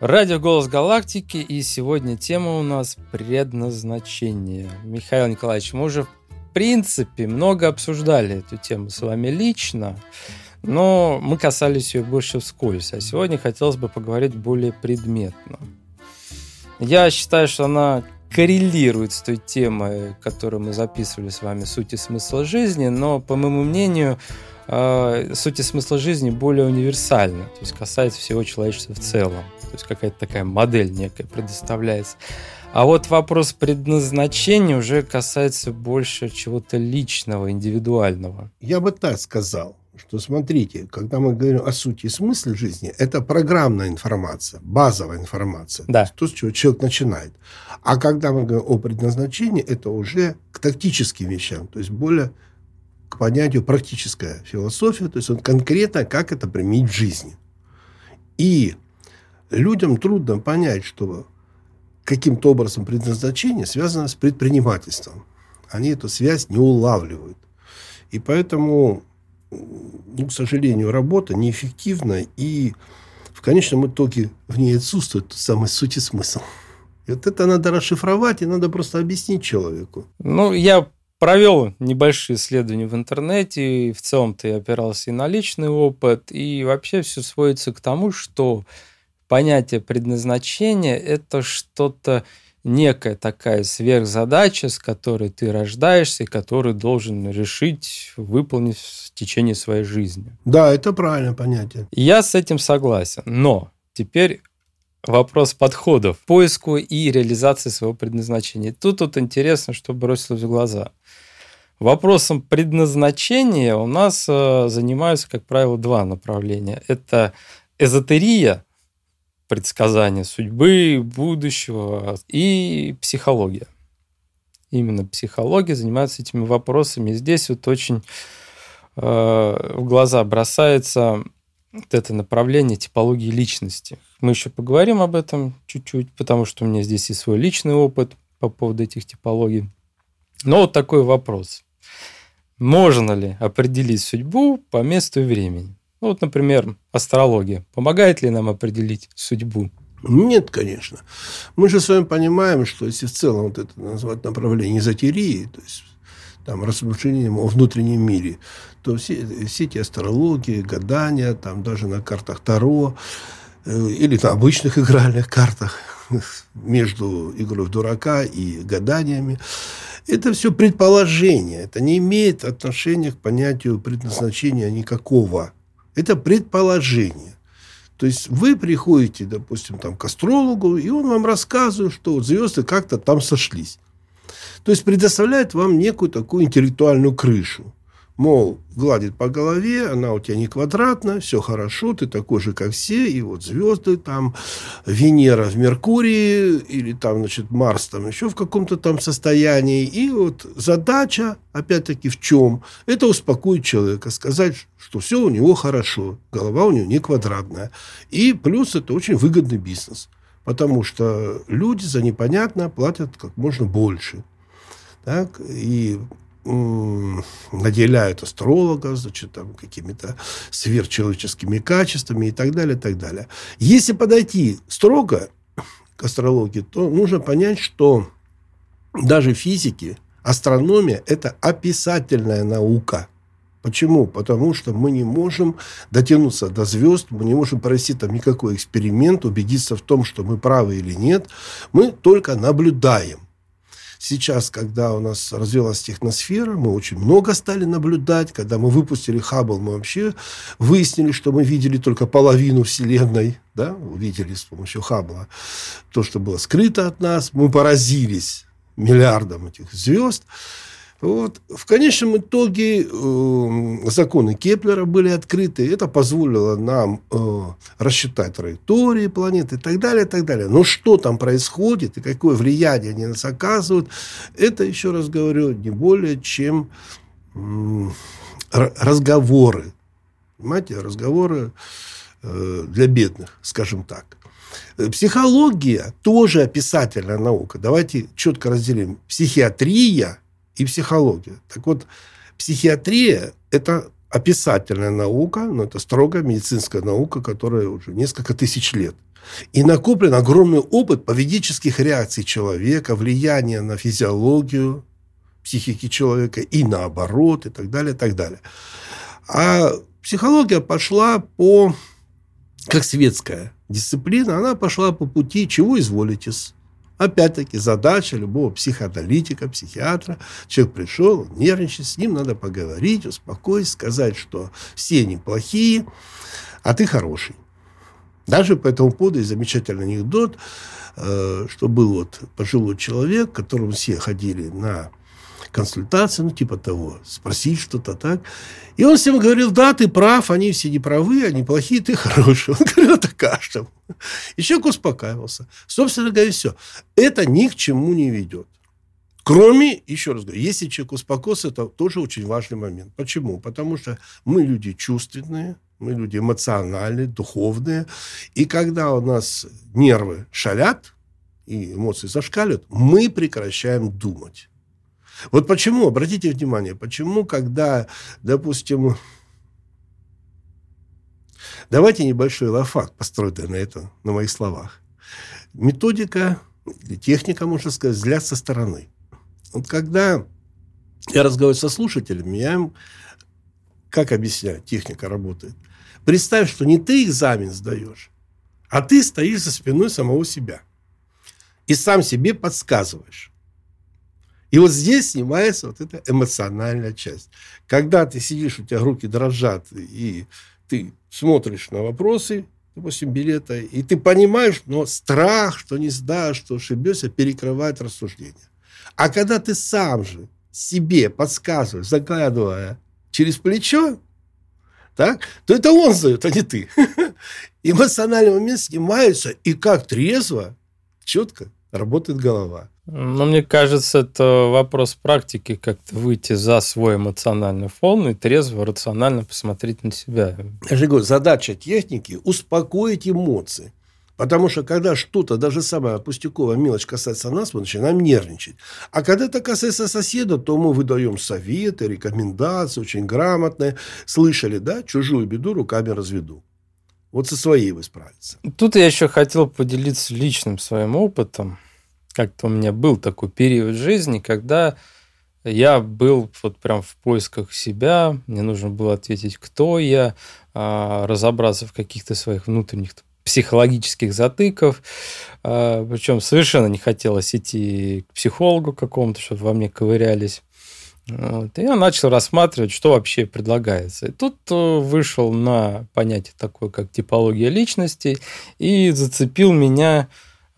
Радио «Голос Галактики», и сегодня тема у нас «Предназначение». Михаил Николаевич, мы уже, в принципе, много обсуждали эту тему с вами лично, но мы касались ее больше вскользь, а сегодня хотелось бы поговорить более предметно. Я считаю, что она коррелирует с той темой, которую мы записывали с вами, «Суть и смысл жизни», но, по моему мнению, суть и смысл жизни более универсальна, то есть касается всего человечества в целом. То есть какая-то такая модель некая предоставляется. А вот вопрос предназначения уже касается больше чего-то личного, индивидуального. Я бы так сказал, что смотрите, когда мы говорим о сути и смысле жизни, это программная информация, базовая информация, да. То, с чего человек начинает. А когда мы говорим о предназначении, это уже к тактическим вещам, то есть более к понятию практическая философия, то есть вот конкретно, как это применить в жизни. И людям трудно понять, что каким-то образом предназначение связано с предпринимательством. Они эту связь не улавливают. И поэтому, к сожалению, работа неэффективна, и в конечном итоге в ней отсутствует тот самый суть и смысл. И вот это надо расшифровать, и надо просто объяснить человеку. Я провел небольшие исследования в интернете, и в целом-то я опирался и на личный опыт, и вообще все сводится к тому, что понятие предназначения – это что-то, некая такая сверхзадача, с которой ты рождаешься, и которую должен решить, выполнить в течение своей жизни. Да, это правильное понятие. Я с этим согласен, но теперь вопрос подходов к поиску и реализации своего предназначения. Тут интересно, что бросилось в глаза. Вопросом предназначения у нас занимаются, как правило, два направления. Это эзотерия, предсказание судьбы, будущего, и психология. Именно психология занимается этими вопросами. И здесь очень в глаза бросается это направление типологии личности. Мы еще поговорим об этом чуть-чуть, потому что у меня здесь и свой личный опыт по поводу этих типологий. Но такой вопрос. Можно ли определить судьбу по месту и времени? Например, астрология. Помогает ли нам определить судьбу? Нет, конечно. Мы же с вами понимаем, что если в целом это назвать направление эзотерии, то есть там рассуждением о внутреннем мире, то все эти астрологии, гадания, там даже на картах Таро или на обычных игральных картах между игрой в дурака и гаданиями, это все предположение. Это не имеет отношения к понятию предназначения никакого. Это предположение. То есть вы приходите, допустим, к астрологу, и он вам рассказывает, что звезды как-то там сошлись. То есть предоставляет вам некую такую интеллектуальную крышу. Мол, гладит по голове, она у тебя не квадратная, все хорошо, ты такой же, как все, и вот звезды там, Венера в Меркурии, или там, Марс там еще в каком-то там состоянии. И вот задача, опять-таки, в чем? Это успокоить человека, сказать, что все у него хорошо, голова у него не квадратная. И плюс это очень выгодный бизнес, потому что люди за непонятное платят как можно больше. Так, и наделяют астрологов, какими-то сверхчеловеческими качествами и так далее, и так далее. Если подойти строго к астрологии, то нужно понять, что даже в физике астрономия – это описательная наука. Почему? Потому что мы не можем дотянуться до звезд, мы не можем провести там никакой эксперимент, убедиться в том, что мы правы или нет. Мы только наблюдаем. Сейчас, когда у нас развилась техносфера, мы очень много стали наблюдать. Когда мы выпустили Хаббл, мы вообще выяснили, что мы видели только половину Вселенной. Да? Увидели с помощью Хаббла то, что было скрыто от нас. Мы поразились миллиардам этих звезд. Вот. В конечном итоге законы Кеплера были открыты. Это позволило нам рассчитать траектории планеты и так далее, и так далее. Но что там происходит и какое влияние они нас оказывают, это, еще раз говорю, не более чем разговоры. Понимаете, разговоры для бедных, скажем так. Психология тоже описательная наука. Давайте четко разделим. Психиатрия и психология. Так вот, психиатрия – это описательная наука, но это строгая медицинская наука, которая уже несколько тысяч лет. И накоплен огромный опыт поведенческих реакций человека, влияния на физиологию психики человека и наоборот, и так далее, и так далее. А психология пошла как светская дисциплина, она пошла по пути «чего изволитесь». Опять-таки, задача любого психоаналитика, психиатра. Человек пришел, он нервничает, с ним надо поговорить, успокоить, сказать, что все неплохие, а ты хороший. Даже по этому поводу есть замечательный анекдот, что был пожилой человек, к которому все ходили на консультации, типа того, спросить что-то так. И он всем говорил: да, ты прав, они все неправы, они плохие, ты хороший. Он говорил это каждому. И человек успокаивался. Собственно говоря, все. Это ни к чему не ведет. Кроме, еще раз говорю, если человек успокоился, это тоже очень важный момент. Почему? Потому что мы люди чувственные, мы люди эмоциональные, духовные. И когда у нас нервы шалят и эмоции зашкаливают, мы прекращаем думать. Вот почему, обратите внимание, почему, когда, допустим, давайте небольшой лайфхак, построенный на моих словах. Методика или техника, можно сказать, взгляд со стороны. Вот когда я разговариваю со слушателями, я им, как объясняю, техника работает. Представь, что не ты экзамен сдаешь, а ты стоишь за спиной самого себя и сам себе подсказываешь. И вот здесь снимается вот эта эмоциональная часть. Когда ты сидишь, у тебя руки дрожат, и ты смотришь на вопросы, допустим, билета, и ты понимаешь, но страх, что не сдашь, что ошибешься, перекрывает рассуждение. А когда ты сам же себе подсказываешь, заглядывая через плечо, так, то это он сдает, а не ты. Эмоциональный момент снимается, и как трезво, четко работает голова. Но мне кажется, это вопрос практики, как-то выйти за свой эмоциональный фон и трезво, рационально посмотреть на себя. Я же говорю, задача техники – успокоить эмоции. Потому что, когда что-то, даже самая пустяковая мелочь касается нас, мы начинаем нервничать. А когда это касается соседа, то мы выдаем советы, рекомендации, очень грамотные. Слышали, да? Чужую беду руками разведу. Вот со своей вы справитесь. Тут я еще хотел поделиться личным своим опытом. Как-то у меня был такой период жизни, когда я был вот прям в поисках себя, мне нужно было ответить, кто я, разобраться в каких-то своих внутренних психологических затыков, причем совершенно не хотелось идти к психологу какому-то, чтобы во мне ковырялись. Вот. И я начал рассматривать, что вообще предлагается. И тут вышел на понятие такое, как типология личности, и зацепил меня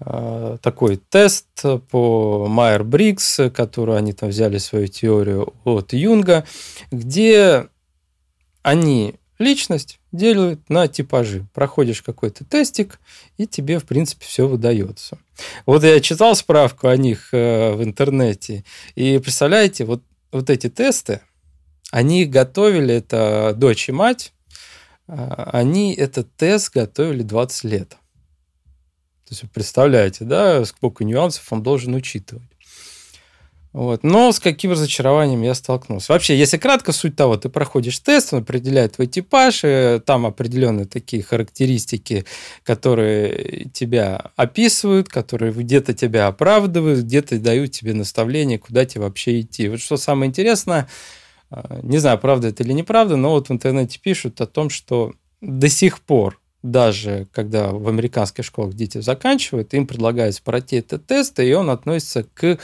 такой тест по Майер-Бриггс, который они там взяли свою теорию от Юнга, где они личность делят на типажи. Проходишь какой-то тестик, и тебе, в принципе, все выдается. Вот я читал справку о них в интернете, и представляете, вот эти тесты, они готовили, это дочь и мать, они этот тест готовили 20 лет. То есть вы представляете, да, сколько нюансов он должен учитывать. Вот. Но с каким разочарованием я столкнулся. Вообще, если кратко, суть того, ты проходишь тест, он определяет твой типаж, и там определенные такие характеристики, которые тебя описывают, которые где-то тебя оправдывают, где-то дают тебе наставление, куда тебе вообще идти. Вот что самое интересное, не знаю, правда это или неправда, но вот в интернете пишут о том, что до сих пор, даже когда в американских школах дети заканчивают, им предлагается пройти этот тест, и он относится к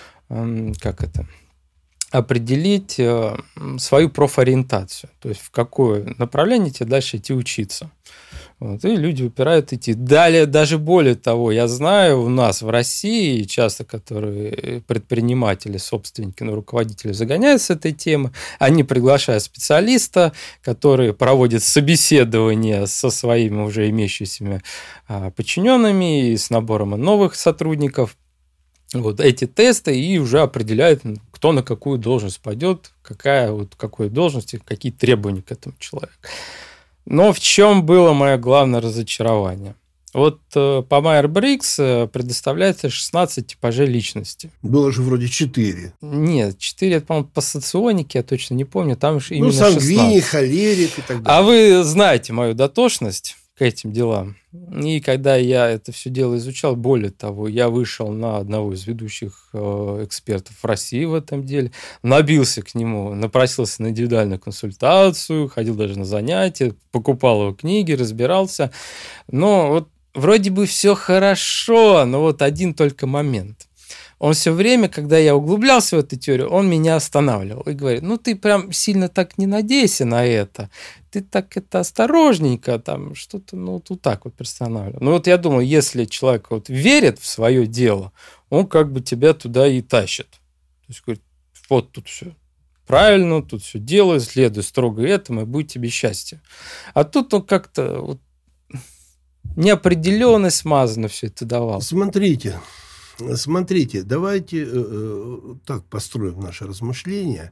определить свою профориентацию, то есть в какое направление тебе дальше идти учиться. Вот, и люди упирают идти. Далее, даже более того, я знаю, у нас в России часто, которые предприниматели, собственники, руководители загоняют с этой темы, они приглашают специалиста, который проводит собеседование со своими уже имеющимися подчиненными и с набором новых сотрудников. Вот эти тесты и уже определяет, кто на какую должность пойдет, какой должности, какие требования к этому человеку. Но в чем было мое главное разочарование? Вот по Майер-Бриггс предоставляется 16 типажей личности. Было же вроде 4. Нет, 4, это, по-моему, по соционике, я точно не помню, там же именно 16. Сангвиник, холерик и так далее. А вы знаете мою дотошность к этим делам. И когда я это все дело изучал, более того, я вышел на одного из ведущих экспертов России в этом деле, набился к нему, напросился на индивидуальную консультацию, ходил даже на занятия, покупал его книги, разбирался. Но вот вроде бы все хорошо, но вот один только момент. Он все время, когда я углублялся в эту теорию, он меня останавливал и говорит, ты прям сильно так не надейся на это, ты так это осторожненько, там что-то, вот так вот приостанавливал. Я думал, если человек вот верит в свое дело, он как бы тебя туда и тащит. То есть говорит, вот тут все правильно, тут все делай, следуй строго этому, и будет тебе счастье. А тут он как-то вот неопределенно смазанно все это давал. Смотрите, давайте так построим наше размышление.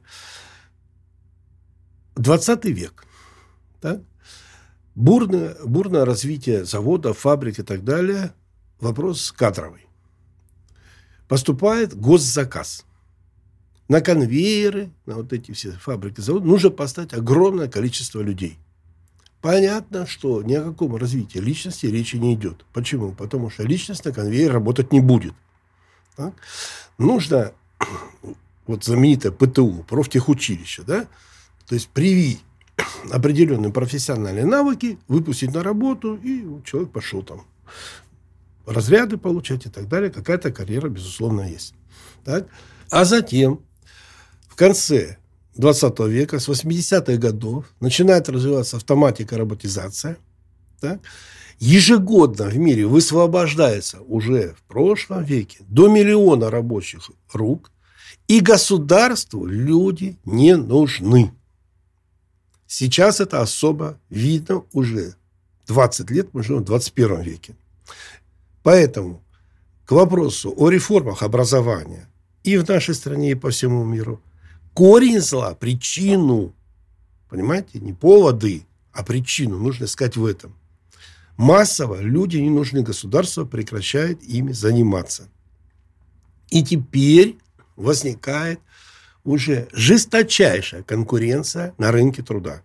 20 век. Так? Бурное развитие заводов, фабрик и так далее. Вопрос кадровый. Поступает госзаказ. На конвейеры, на вот эти все фабрики, заводы нужно поставить огромное количество людей. Понятно, что ни о каком развитии личности речи не идет. Почему? Потому что личность на конвейере работать не будет. Так? Нужно, вот знаменитое ПТУ, профтехучилище, да? То есть привить определенные профессиональные навыки, выпустить на работу, и человек пошел там разряды получать и так далее. Какая-то карьера, безусловно, есть. Так? А затем, в конце 20 века, с 80-х годов, начинает развиваться автоматика, роботизация. Так? Ежегодно в мире высвобождается уже в прошлом веке до 1 миллиона рабочих рук, и государству люди не нужны. Сейчас это особо видно уже 20 лет, мы живем в 21 веке. Поэтому к вопросу о реформах образования и в нашей стране, и по всему миру корень зла, причину, понимаете, не поводы, а причину нужно искать в этом. Массово люди не нужны, государство прекращает ими заниматься. И теперь возникает уже жесточайшая конкуренция на рынке труда.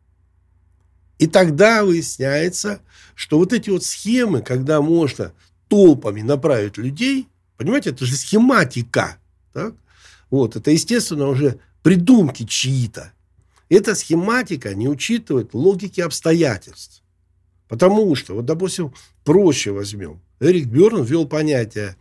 И тогда выясняется, что вот эти вот схемы, когда можно толпами направить людей, понимаете, это же схематика. Так? Вот, это, естественно, уже придумки чьи-то. Эта схематика не учитывает логики обстоятельств. Потому что, вот, допустим, проще возьмем. Эрик Бёрн ввел понятие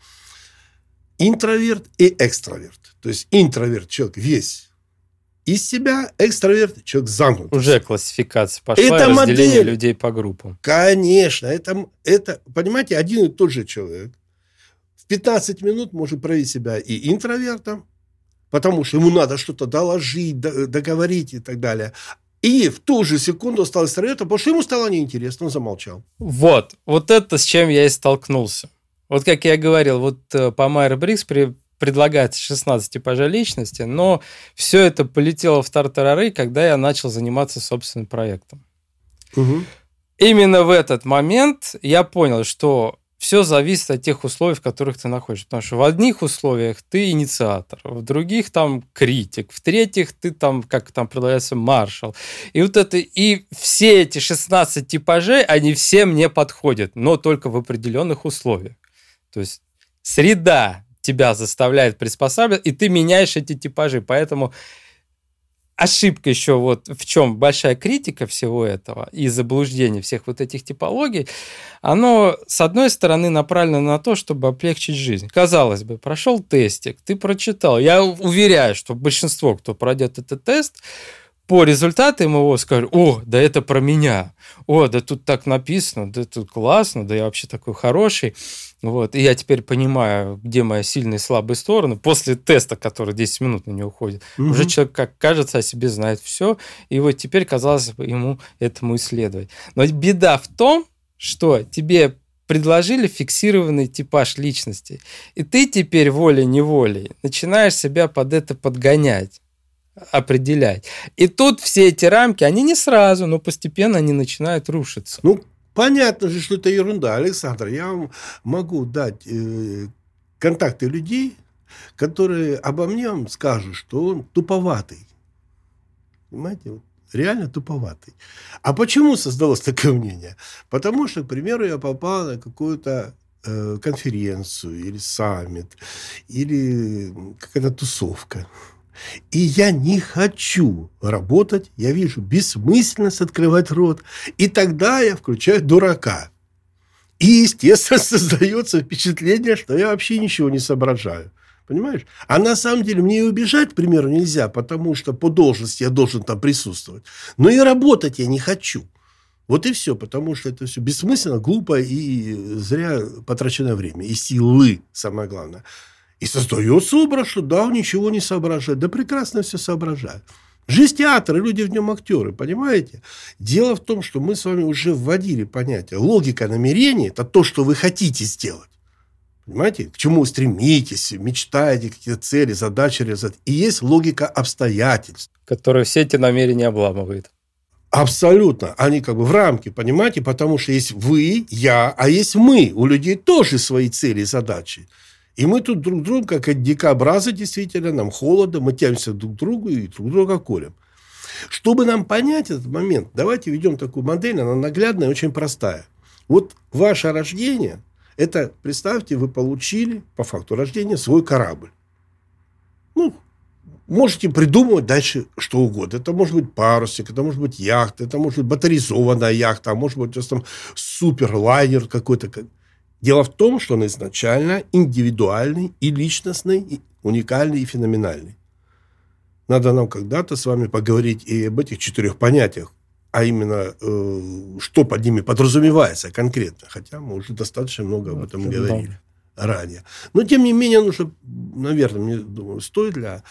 интроверт и экстраверт. То есть интроверт – человек весь из себя, экстраверт – человек замкнутый. Уже классификация пошла, это разделение модель людей по группам. Конечно. Это, понимаете, один и тот же человек в 15 минут может проявить себя и интровертом, потому что ему надо что-то доложить, договорить и так далее. И в ту же секунду стал экстравертом, потому что ему стало неинтересно, он замолчал. Вот это с чем я и столкнулся. Вот как я говорил, вот по Майер-Бриггс предлагается 16 типажей личности, но все это полетело в тартарары, когда я начал заниматься собственным проектом. Угу. Именно в этот момент я понял, что все зависит от тех условий, в которых ты находишься. Потому что в одних условиях ты инициатор, в других там критик, в третьих ты там, как там предлагается, маршал. И вот это, и все эти 16 типажей, они все мне подходят, но только в определенных условиях. То есть среда тебя заставляет приспосабливаться, и ты меняешь эти типажи. Поэтому ошибка еще вот в чем большая критика всего этого и заблуждение всех вот этих типологий, оно, с одной стороны, направлено на то, чтобы облегчить жизнь. Казалось бы, прошел тестик, ты прочитал. Я уверяю, что большинство, кто пройдет этот тест, по результатам его скажут: о, да это про меня, о, да тут так написано, да тут классно, да я вообще такой хороший. Вот. И я теперь понимаю, где мои сильные и слабые стороны. После теста, который 10 минут на него уходит, уже человек, как кажется, о себе знает все, и вот теперь, казалось бы, ему этому исследовать. Но беда в том, что тебе предложили фиксированный типаж личности, и ты теперь волей-неволей начинаешь себя под это подгонять, определять. И тут все эти рамки, они не сразу, но постепенно они начинают рушиться. Ну, Понятно же, что это ерунда. Александр, я вам могу дать контакты людей, которые обо мне вам скажут, что он туповатый. Понимаете? Вот, реально туповатый. А почему создалось такое мнение? Потому что, к примеру, я попал на какую-то конференцию или саммит, или какая-то тусовка. И я не хочу работать, я вижу бессмысленность открывать рот. И тогда я включаю дурака. И, естественно, создается впечатление, что я вообще ничего не соображаю. Понимаешь? А на самом деле мне и убежать, к примеру, нельзя, потому что по должности я должен там присутствовать. Но и работать я не хочу. Вот и все, потому что это все бессмысленно, глупо и зря потраченное время. И силы, самое главное. И создается образ, что да, он ничего не соображает. Да прекрасно все соображает. Жизнь театра, люди в нем актеры, понимаете? Дело в том, что мы с вами уже вводили понятие. Логика намерений – это то, что вы хотите сделать. Понимаете? К чему вы стремитесь, мечтаете, какие-то цели, задачи реализовать. И есть логика обстоятельств. Которая все эти намерения обламывает. Абсолютно. Они как бы в рамке, понимаете? Потому что есть вы, я, а есть мы. У людей тоже свои цели и задачи. И мы тут друг друга, как дикобразы, действительно, нам холодно, мы тянемся друг к другу и друг друга колем. Чтобы нам понять этот момент, давайте введем такую модель, она наглядная и очень простая. Вот ваше рождение, это, представьте, вы получили по факту рождения свой корабль. Ну, можете придумывать дальше что угодно. Это может быть парусник, это может быть яхта, это может быть моторизованная яхта, а может быть у вас там суперлайнер какой-то. Дело в том, что он изначально индивидуальный и личностный, и уникальный и феноменальный. Надо нам когда-то с вами поговорить и об этих 4 понятиях, а именно, что под ними подразумевается конкретно. Хотя мы уже достаточно много об этом говорили ранее. Но, тем не менее, нужно, наверное, мне думаю, стоит для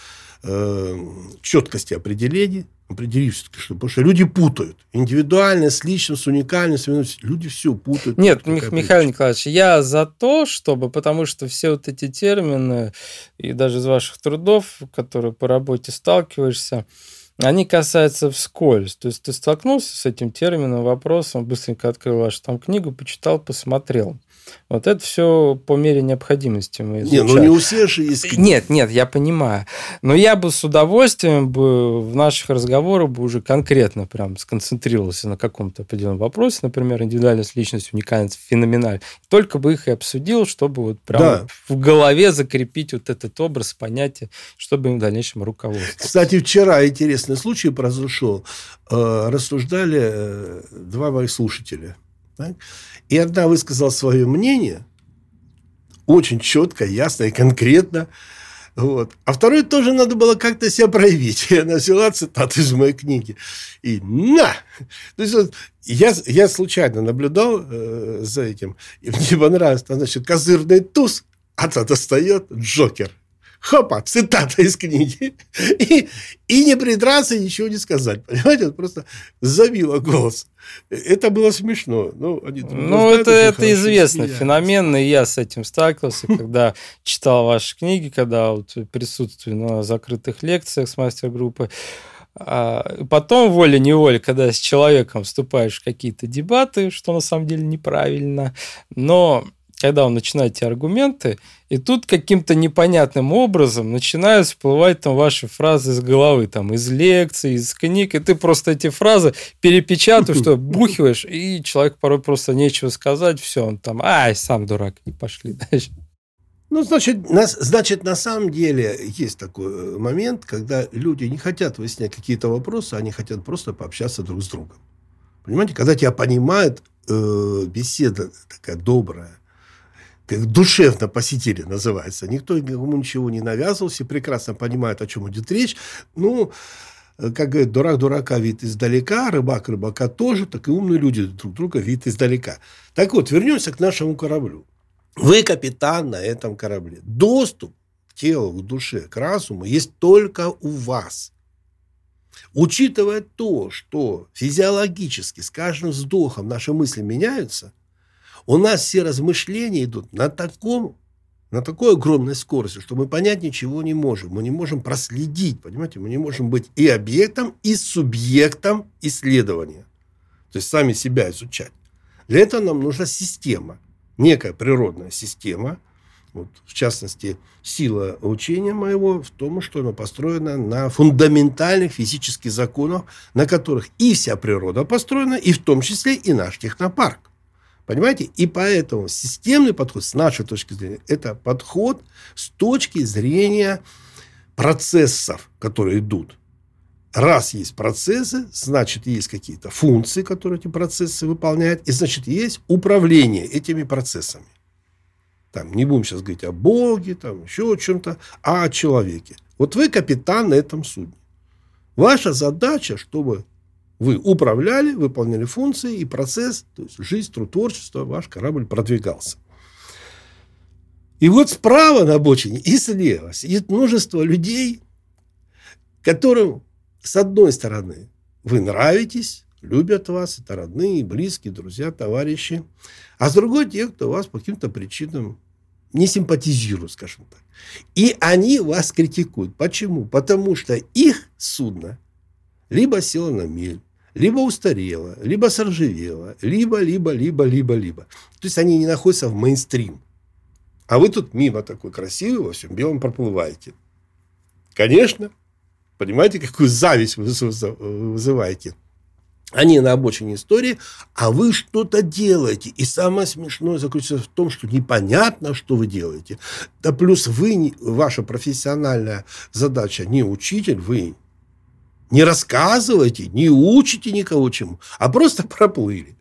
четкости определений, определить все-таки, что, потому что люди путают. Индивидуальность с личным, с уникальностью. Люди все путают. Нет, Михаил Николаевич, я за то, чтобы, потому что все вот эти термины, и даже из ваших трудов, которые по работе сталкиваешься, они касаются вскользь. То есть ты столкнулся с этим термином, вопросом, быстренько открыл вашу там книгу, почитал, посмотрел. Вот это все по мере необходимости мы изучаем. Не, ну не у всех же есть книги. Нет, я понимаю. Но я бы с удовольствием бы в наших разговорах бы уже конкретно прям сконцентрировался на каком-то определенном вопросе, например, индивидуальность, личность, уникальность, феноменальность. Только бы их и обсудил, чтобы вот прям в голове закрепить вот этот образ, понятие, чтобы им в дальнейшем руководствоваться. Кстати, вчера интересный случай произошел. Рассуждали 2 моих слушателя. Так? И одна высказала свое мнение очень четко, ясно и конкретно. Вот. А второй тоже надо было как-то себя проявить. И она взяла цитату из моей книги. И на! То есть, вот, я случайно наблюдал за этим. И мне понравилось. Значит, козырный туз, а то достает Джокер. Хопа, цитата из книги. И не придраться, ничего не сказать. Понимаете, вот просто забило голос. Это было смешно. Это известный феномен, и я с этим сталкивался, когда читал ваши книги, когда вот присутствую на закрытых лекциях с мастер-группой. Потом волей-неволей, когда с человеком вступаешь в какие-то дебаты, что на самом деле неправильно, но когда он начинает эти аргументы, и тут каким-то непонятным образом начинают всплывать там ваши фразы из головы, там, из лекций, из книг, и ты просто эти фразы перепечатываешь, что бухиваешь, и человек порой просто нечего сказать, все, он там, сам дурак, и пошли дальше. Ну, значит, на самом деле есть такой момент, когда люди не хотят выяснять какие-то вопросы, они хотят просто пообщаться друг с другом. Понимаете, когда тебя понимают, беседа такая добрая, как душевно посетили, называется. Никто никому ничего не навязывал, все прекрасно понимают, о чем идет речь. Ну, как говорят, дурак дурака видит издалека, рыбак рыбака тоже, так и умные люди друг друга видят издалека. Так вот, вернемся к нашему кораблю. Вы капитан на этом корабле. Доступ к телу, к душе, к разуму есть только у вас. Учитывая то, что физиологически с каждым вздохом наши мысли меняются, у нас все размышления идут на такой огромной скорости, что мы понять ничего не можем. Мы не можем проследить, понимаете? Мы не можем быть и объектом, и субъектом исследования. То есть, сами себя изучать. Для этого нам нужна система, некая природная система. Вот, в частности, сила учения моего в том, что оно построено на фундаментальных физических законах, на которых и вся природа построена, и в том числе и наш технопарк. Понимаете? И поэтому системный подход, с нашей точки зрения, это подход с точки зрения процессов, которые идут. Раз есть процессы, значит, есть какие-то функции, которые эти процессы выполняют, и, значит, есть управление этими процессами. Там, не будем сейчас говорить о Боге, там, еще о чем-то, а о человеке. Вот вы капитан на этом судне. Ваша задача, чтобы вы управляли, выполняли функции и процесс, то есть жизнь, труд, творчество, ваш корабль продвигался. И вот справа на обочине и слева сидит множество людей, которым, с одной стороны, вы нравитесь, любят вас, это родные, близкие, друзья, товарищи. А с другой, те, кто вас по каким-то причинам не симпатизируют, скажем так. И они вас критикуют. Почему? Потому что их судно либо село на мель, либо устарело, либо соржавело, либо. То есть они не находятся в мейнстрим. А вы тут мимо такой красивый, во всем белом проплываете. Конечно, понимаете, какую зависть вы вызываете. Они на обочине истории, а вы что-то делаете. И самое смешное заключается в том, что непонятно, что вы делаете. Да плюс вы, ваша профессиональная задача не учитель, вы не рассказываете, не учите никого чему, а просто проплыли.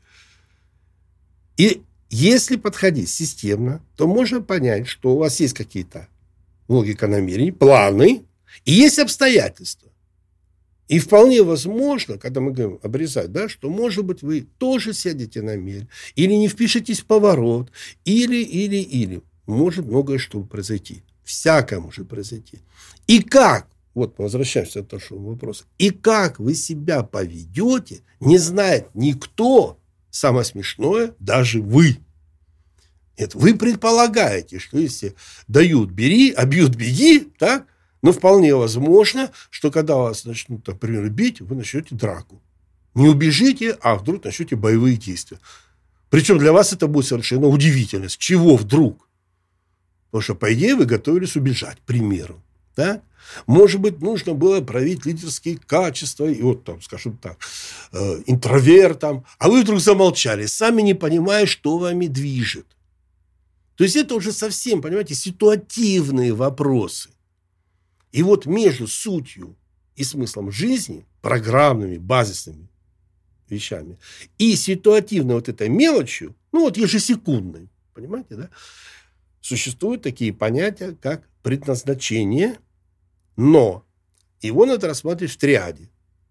И если подходить системно, то можно понять, что у вас есть какие-то логика намерений, планы, и есть обстоятельства. И вполне возможно, когда мы говорим обрезать, да, что, может быть, вы тоже сядете на мель, или не впишетесь в поворот, или. Может многое что произойти. Всякое может произойти. И как, вот мы возвращаемся к нашему вопросу, и как вы себя поведете, не знает никто, самое смешное, даже вы. Нет, вы предполагаете, что если дают – бери, а бьют – беги, так? Но вполне возможно, что когда вас начнут, например, бить, вы начнете драку. Не убежите, а вдруг начнете боевые действия. Причем для вас это будет совершенно удивительно. С чего вдруг? Потому что, по идее, вы готовились убежать, к примеру. Да? Может быть, нужно было проявить лидерские качества, и вот там, скажем так, интровертом, а вы вдруг замолчали, сами не понимая, что вами движет. То есть это уже совсем, понимаете, ситуативные вопросы. И вот между сутью и смыслом жизни, программными, базисными вещами, и ситуативной вот этой мелочью, ну вот ежесекундной, понимаете, да, существуют такие понятия, как предназначение, но его надо рассматривать в триаде.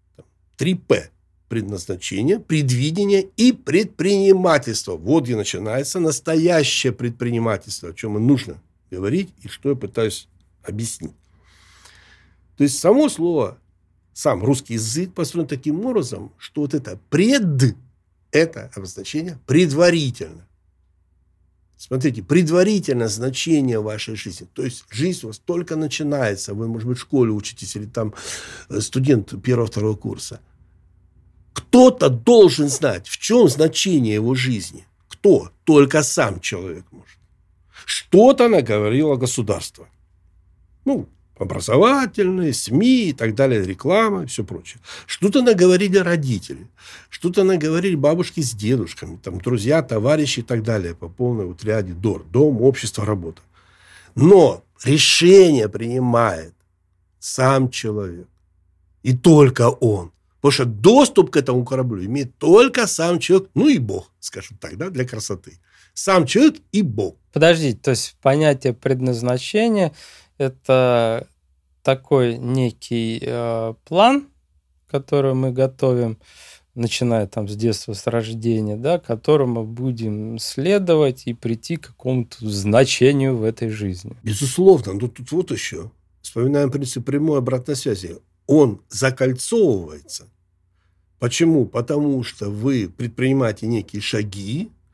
3П. Предназначение, предвидение и предпринимательство. Вот где начинается настоящее предпринимательство, о чем и нужно говорить, и что я пытаюсь объяснить. То есть само слово, сам русский язык построен таким образом, что вот это пред, это обозначение предварительно. Смотрите, предварительное значение вашей жизни. То есть жизнь у вас только начинается. Вы, может быть, в школе учитесь или там студент 1-2 курса. Кто-то должен знать, в чем значение его жизни. Кто? Только сам человек может. Что-то наговорило государство. Ну, образовательные, СМИ и так далее, реклама и все прочее. Что-то наговорили родители, что-то наговорили бабушки с дедушками, там, друзья, товарищи и так далее по полной вот ряде дом, общество, работа. Но решение принимает сам человек. И только он. Потому что доступ к этому кораблю имеет только сам человек, ну и Бог, скажем так, да, для красоты. Сам человек и Бог. Подождите, то есть понятие предназначения – это такой некий план, который мы готовим, начиная там с детства, с рождения, да, которому будем следовать и прийти к какому-то значению в этой жизни. Безусловно, но тут вот еще. Вспоминаем принцип прямой обратной связи. Он закольцовывается. Почему? Потому что вы предпринимаете некие шаги,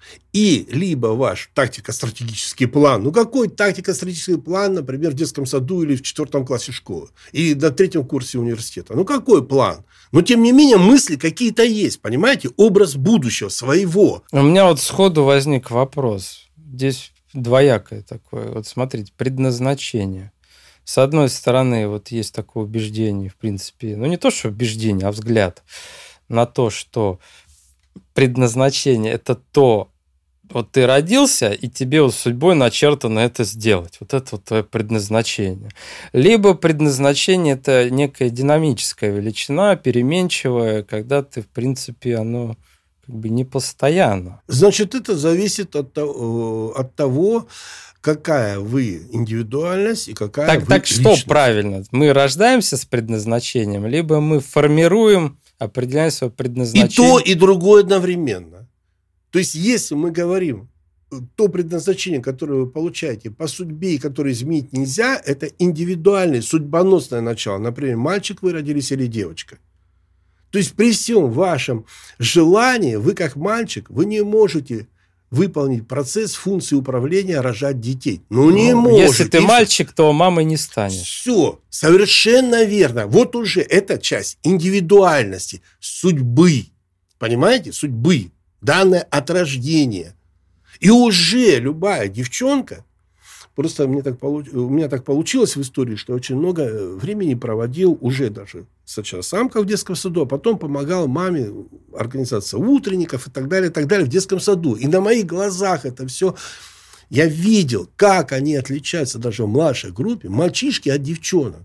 И либо ваш тактико-стратегический план, ну какой тактико-стратегический план, например, в детском саду или в 4 классе школы, или на 3 курсе университета, ну какой план? Но тем не менее мысли какие-то есть, понимаете, образ будущего своего. У меня вот сходу возник вопрос, здесь двоякое такое, вот смотрите, предназначение. С одной стороны, вот есть такое убеждение, в принципе, ну не то, что убеждение, а взгляд на то, что предназначение – это то, вот ты родился, и тебе вот судьбой начертано это сделать. Вот это вот твое предназначение. Либо предназначение – это некая динамическая величина, переменчивая, когда ты, в принципе, оно как бы не постоянно. Значит, это зависит от того, какая вы индивидуальность и какая вы Так личность. Что правильно? Мы рождаемся с предназначением, либо мы формируем, определяем свое предназначение. И то, и другое одновременно. То есть, если мы говорим, то предназначение, которое вы получаете по судьбе, и которое изменить нельзя, это индивидуальное, судьбоносное начало. Например, мальчик вы родились или девочка. То есть, при всем вашем желании, вы как мальчик, вы не можете выполнить процесс функции управления, рожать детей. Не можете. Если ты мальчик, то мамой не станешь. Все, совершенно верно. Вот уже эта часть индивидуальности, судьбы. Понимаете? Судьбы. Данное от рождения. И уже любая девчонка, просто у меня так получилось в истории, что очень много времени проводил уже даже сначала самка в детском саду, а потом помогал маме организация утренников и так далее в детском саду. И на моих глазах это все я видел, как они отличаются даже в младшей группе, мальчишки от девчонок.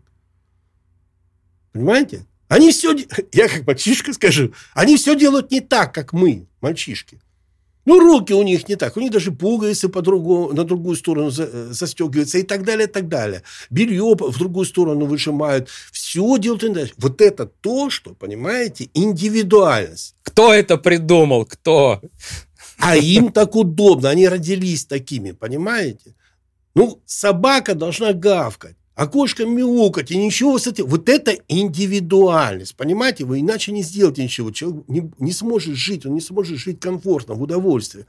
Понимаете? Они все, я как мальчишка скажу, они все делают не так, как мы, мальчишки. Руки у них не так. У них даже пуговицы на другую сторону застегиваются и так далее, и так далее. Белье в другую сторону выжимают. Все делают иначе. Вот это то, что, понимаете, индивидуальность. Кто это придумал? Кто? А им так удобно. Они родились такими, понимаете? Собака должна гавкать, а кошка мяукать, и ничего с этим. Вот это индивидуальность, понимаете? Вы иначе не сделаете ничего. Человек не сможет жить, он не сможет жить комфортно, в удовольствии.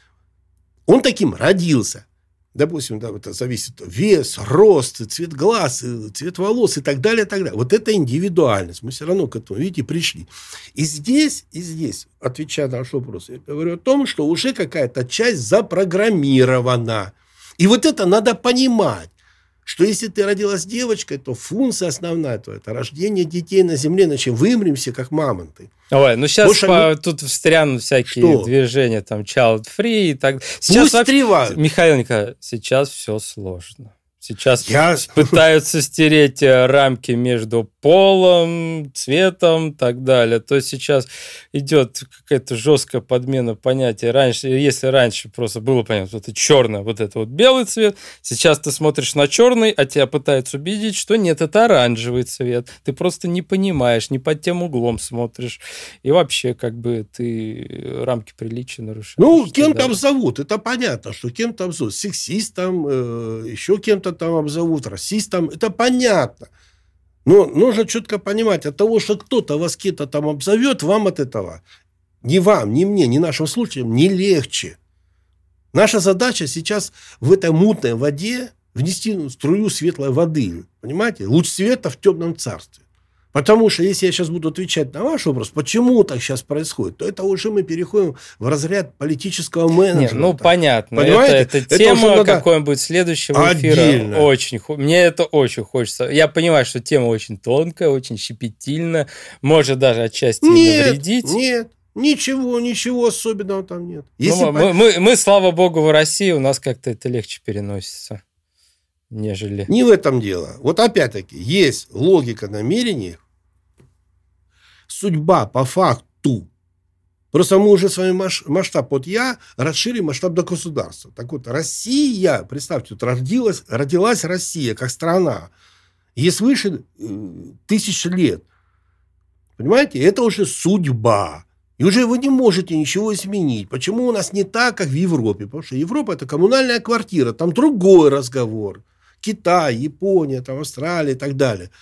Он таким родился. Допустим, это зависит вес, рост, цвет глаз, цвет волос и так далее, и так далее. Вот это индивидуальность. Мы все равно к этому, видите, пришли. И здесь, отвечая на ваш вопрос, я говорю о том, что уже какая-то часть запрограммирована. И вот это надо понимать. Что если ты родилась девочкой, то функция основная – это рождение детей на земле, иначе вымремся, как мамонты. Ой, сейчас тут встрянут всякие движения, там, child free и так. Сейчас Михаил Николаевич, сейчас все сложно. Сейчас пытаются стереть рамки между полом, цветом и так далее. То есть сейчас идет какая-то жесткая подмена понятия. Если раньше просто было понятно, вот это черное, вот это вот белый цвет, сейчас ты смотришь на черный, а тебя пытаются убедить, что нет, это оранжевый цвет. Ты просто не понимаешь, не под тем углом смотришь. И вообще как бы ты рамки приличия нарушаешь. Кем там зовут? Это понятно, что кем там зовут. Сексистом, еще кем-то там обзовут, расистом. Это понятно. Но нужно четко понимать, от того, что кто-то вас кем-то там обзовет, вам от этого, ни вам, ни мне, ни нашим случаям, не легче. Наша задача сейчас в этой мутной воде внести струю светлой воды. Понимаете? Луч света в темном царстве. Потому что если я сейчас буду отвечать на ваш вопрос, почему так сейчас происходит, то это уже мы переходим в разряд политического менеджмента. Понятно. Это тема какой-нибудь следующего эфира. Мне это очень хочется. Я понимаю, что тема очень тонкая, очень щепетильная, может даже отчасти навредить. Нет. Ничего особенного там нет. Мы, слава богу, в России, у нас как-то это легче переносится, нежели... Не в этом дело. Вот опять-таки, есть логика намерений, судьба по факту. Просто мы уже с вами масштаб, я расширим масштаб до государства. Так вот, Россия, представьте, родилась Россия как страна. Ей свыше 1000 лет. Понимаете? Это уже судьба. И уже вы не можете ничего изменить. Почему у нас не так, как в Европе? Потому что Европа – это коммунальная квартира. Там другой разговор. Китай, Япония, там Австралия и так далее.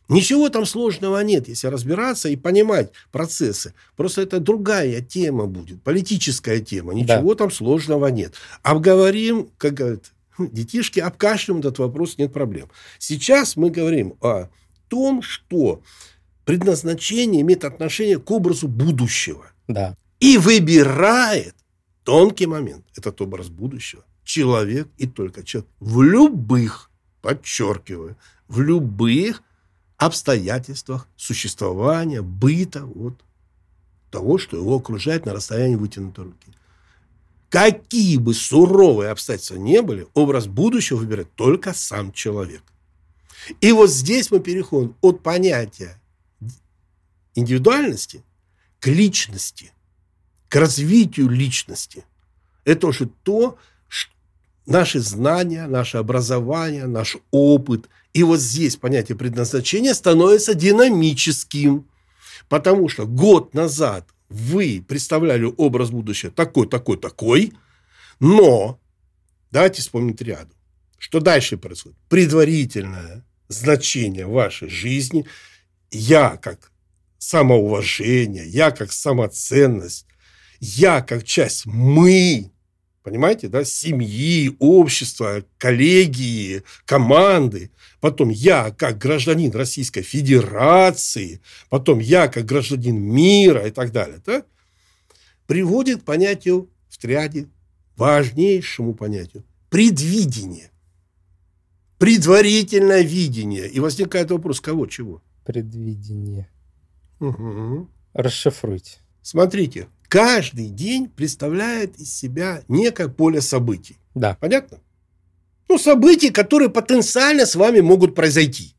Ничего там сложного нет, если разбираться и понимать процессы. Просто это другая тема будет, политическая тема. Ничего там сложного нет. Обговорим, как говорят детишки, обкашляем этот вопрос, нет проблем. Сейчас мы говорим о том, что предназначение имеет отношение к образу будущего. Да. И выбирает тонкий момент, этот образ будущего, человек и только человек. В любых, подчеркиваю, в любых обстоятельствах существования, быта, вот, того, что его окружает на расстоянии вытянутой руки. Какие бы суровые обстоятельства ни были, образ будущего выбирает только сам человек. И вот здесь мы переходим от понятия индивидуальности к личности, к развитию личности. Это уже то, что наши знания, наше образование, наш опыт. И вот здесь понятие предназначения становится динамическим. Потому что год назад вы представляли образ будущего такой, такой, такой. Но давайте вспомним триаду. Что дальше происходит? Предварительное значение вашей жизни. Я как самоуважение, я как самоценность, я как часть мы. Понимаете, да? Семьи, общества, коллегии, команды. Потом я как гражданин Российской Федерации. Потом я как гражданин мира и так далее. Да? Приводит к понятию в триаде, важнейшему понятию, предвидение. Предварительное видение. И возникает вопрос, кого, чего? Предвидение. Угу. Расшифруйте. Смотрите. Каждый день представляет из себя некое поле событий. Да. Понятно? Ну, события, которые потенциально с вами могут произойти.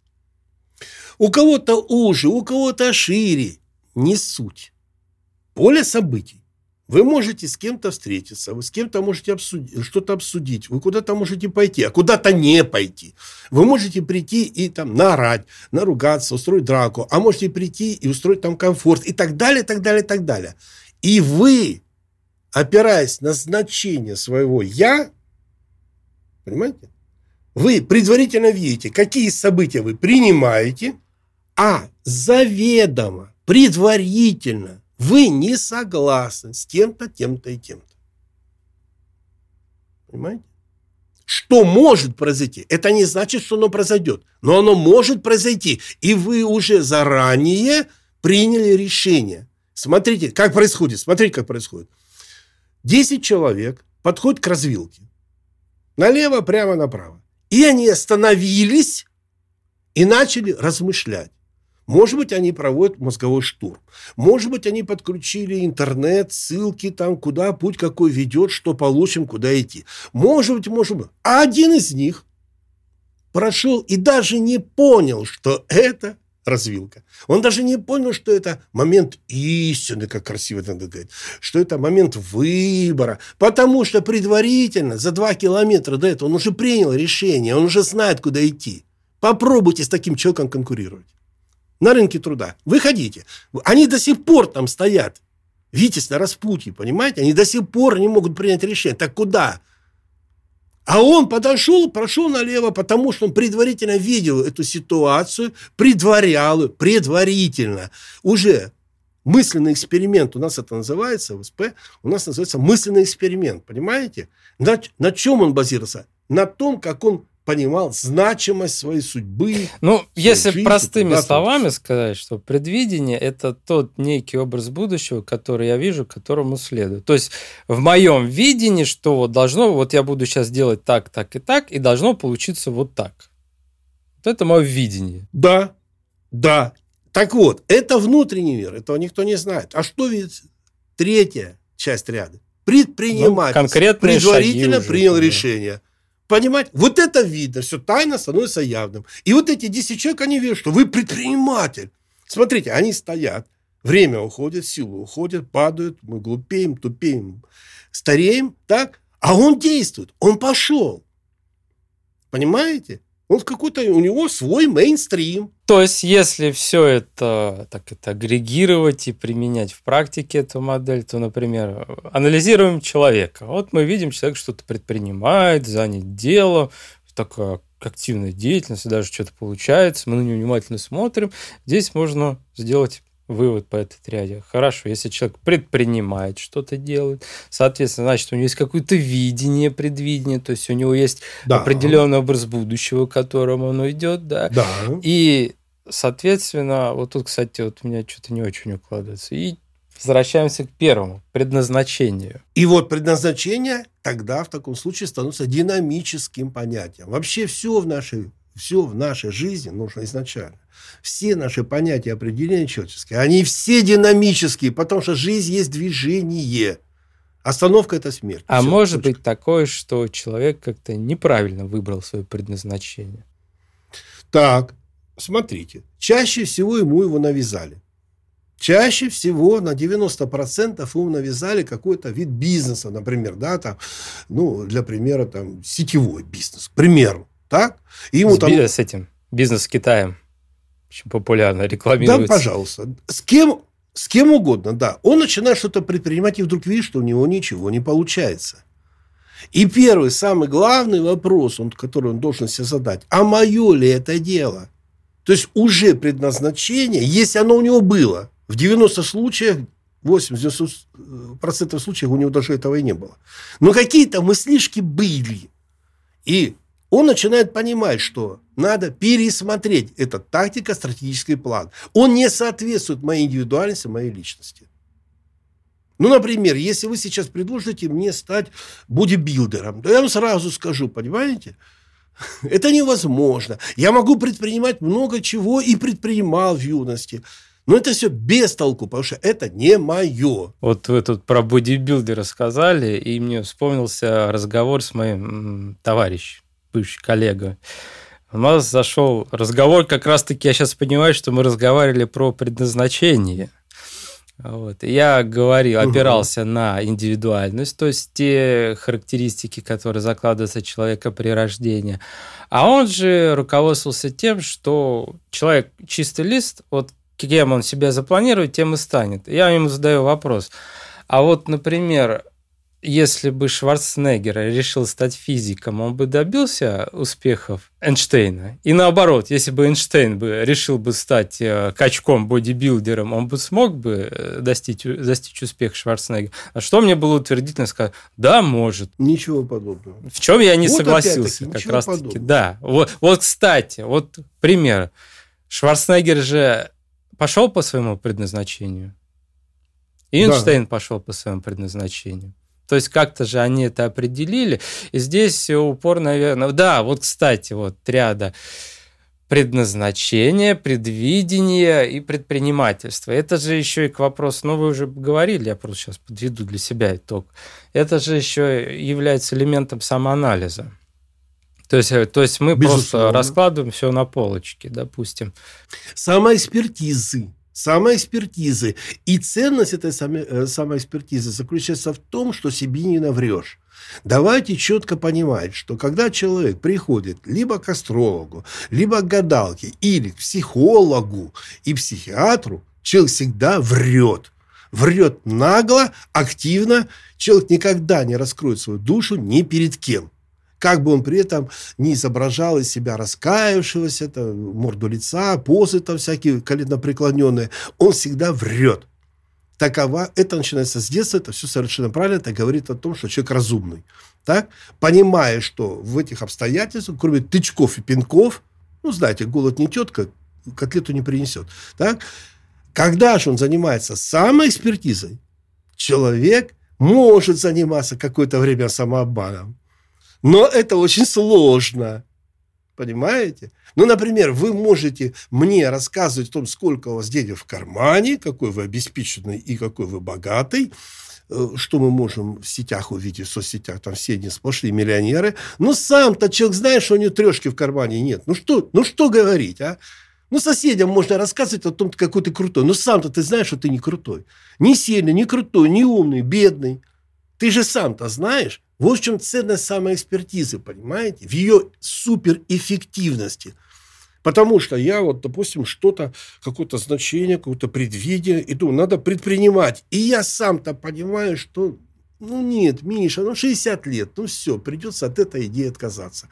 У кого-то уже, у кого-то шире. Не суть. Поле событий. Вы можете с кем-то встретиться, вы с кем-то можете что-то обсудить, вы куда-то можете пойти, а куда-то не пойти. Вы можете прийти и там наорать, наругаться, устроить драку, а можете прийти и устроить там комфорт и так далее, так далее, так далее. И вы, опираясь на значение своего «я», понимаете, вы предварительно видите, какие события вы принимаете, а заведомо, предварительно вы не согласны с тем-то, тем-то и тем-то. Понимаете? Что может произойти? Это не значит, что оно произойдет. Но оно может произойти. И вы уже заранее приняли решение. Смотрите, как происходит. Смотрите, как происходит. 10 человек подходят к развилке. Налево, прямо, направо. И они остановились и начали размышлять. Может быть, они проводят мозговой штурм. Может быть, они подключили интернет, ссылки там, куда путь какой ведет, что получим, куда идти. Может быть. А один из них прошел и даже не понял, что это развилка. Он даже не понял, что это момент истины, как красиво надо говорить, что это момент выбора. Потому что предварительно, за 2 километра до этого, он уже принял решение, он уже знает, куда идти. Попробуйте с таким человеком конкурировать. На рынке труда. Выходите. Они до сих пор там стоят. Витязь на распутье, понимаете? Они до сих пор не могут принять решение. Так куда? А он подошел, прошел налево, потому что он предварительно видел эту ситуацию, предварял ее, предварительно. Уже мысленный эксперимент, у нас это называется, в СП, у нас называется мысленный эксперимент, понимаете? На чем он базировался? На том, как он понимал значимость своей судьбы. Ну, если жизни, простыми словами сказать, что предвидение – это тот некий образ будущего, который я вижу, которому следую. То есть в моем видении, что вот должно, вот я буду сейчас делать так, так, и должно получиться вот так. Вот это мое видение. Да. Так вот, это внутренний мир, этого никто не знает. А что ведь третья часть ряда? Предприниматель предварительно принял решение. Понимаете? Вот это видно, все тайно становится явным. И вот эти 10 человек, они видят, что вы предприниматель. Смотрите, они стоят, время уходит, силы уходят, падают, мы глупеем, тупеем, стареем, так? А он действует, он пошел. Понимаете? Он какой-то, у него свой мейнстрим. То есть, если все это, агрегировать и применять в практике эту модель, то, например, анализируем человека. Вот мы видим, человек что-то предпринимает, занят делом, такая активная деятельность, даже что-то получается, мы на него внимательно смотрим. Здесь можно сделать вывод по этой триаде. Хорошо, если человек предпринимает, что-то делает, соответственно, значит, у него есть какое-то видение, предвидение, то есть у него есть определенный образ будущего, к которому он идет, да. И, соответственно, вот тут, кстати, вот у меня что-то не очень укладывается. И возвращаемся к первому, предназначению. И вот предназначение тогда в таком случае становится динамическим понятием. Вообще все в нашей жизни нужно изначально. Все наши понятия и определения человеческие, они все динамические, потому что жизнь есть движение. Остановка – это смерть. А все, может быть такое, что человек как-то неправильно выбрал свое предназначение? Так, смотрите. Чаще всего ему его навязали. Чаще всего на 90% ему навязали какой-то вид бизнеса, например, да, там, ну, для примера, там, сетевой бизнес, к примеру, так? И ему с этим, бизнес с Китаем, очень популярно рекламируется. Да, пожалуйста, с кем угодно, да. Он начинает что-то предпринимать, и вдруг видит, что у него ничего не получается. И первый, самый главный вопрос, который он должен себе задать, а мое ли это дело? То есть уже предназначение, если оно у него было, в 90 случаях, 80% случаев у него даже этого и не было. Но какие-то мыслишки были. И он начинает понимать, что надо пересмотреть этот тактико-стратегический план. Он не соответствует моей индивидуальности, моей личности. Ну, например, если вы сейчас предложите мне стать бодибилдером, то я вам сразу скажу, понимаете? Это невозможно. Я могу предпринимать много чего и предпринимал в юности. Но это все без толку, потому что это не мое. Вот вы тут про бодибилдера сказали, и мне вспомнился разговор с моим товарищем, бывший коллега. У нас зашел разговор, как раз-таки я сейчас понимаю, что мы разговаривали про предназначение. Вот. И я говорил, опирался на индивидуальность, то есть те характеристики, которые закладываются человека при рождении. А он же руководствовался тем, что человек чистый лист, вот кем он себя запланирует, тем и станет. Я ему задаю вопрос. А вот, например, если бы Шварценеггер решил стать физиком, он бы добился успехов Эйнштейна? И наоборот, если бы Эйнштейн решил бы стать качком, бодибилдером, он бы смог бы достичь успеха Шварценеггера? А что мне было утвердительно сказать? Да, может. Ничего подобного. В чем я не согласился как раз-таки. Да. Вот, кстати, вот пример. Шварценеггер же пошел по своему предназначению. И Эйнштейн пошел по своему предназначению. То есть как-то же они это определили. И здесь упор, наверное... Да, вот, кстати, вот триада предназначение, предвидение и предпринимательство. Это же еще и к вопросу... Ну, вы уже говорили, я просто сейчас подведу для себя итог. Это же еще является элементом самоанализа. То есть мы просто раскладываем все на полочке, допустим. Самоэкспертизы. И ценность этой самоэкспертизы заключается в том, что себе не наврешь. Давайте четко понимать, что когда человек приходит либо к астрологу, либо к гадалке, или к психологу и психиатру, человек всегда врет. Врет нагло, активно. Человек никогда не раскроет свою душу ни перед кем. Как бы он при этом не изображал из себя раскаявшегося, морду лица, позы там всякие коленопреклоненные, он всегда врет. Такова, это начинается с детства, это все совершенно правильно, это говорит о том, что человек разумный. Так? Понимая, что в этих обстоятельствах, кроме тычков и пинков, ну, знаете, голод не тетка, котлету не принесет. Так? Когда же он занимается самоэкспертизой, человек может заниматься какое-то время самообманом. Но это очень сложно. Понимаете? Ну, например, вы можете мне рассказывать о том, сколько у вас денег в кармане, какой вы обеспеченный и какой вы богатый, что мы можем в сетях увидеть, в соцсетях, там все не сплошные миллионеры. Но сам-то человек знает, что у него трешки в кармане нет. Ну, что говорить, а? Ну, соседям можно рассказывать о том, какой ты крутой. Но сам-то ты знаешь, что ты не крутой. Не сильный, не крутой, не умный, бедный. Ты же сам-то знаешь. Вот в чем ценность самоэкспертизы, понимаете? В ее суперэффективности. Потому что я вот, допустим, какое-то значение, какое-то предвидение, и думаю, надо предпринимать. И я сам-то понимаю, что, ну нет, Миша, 60 лет, все, придется от этой идеи отказаться.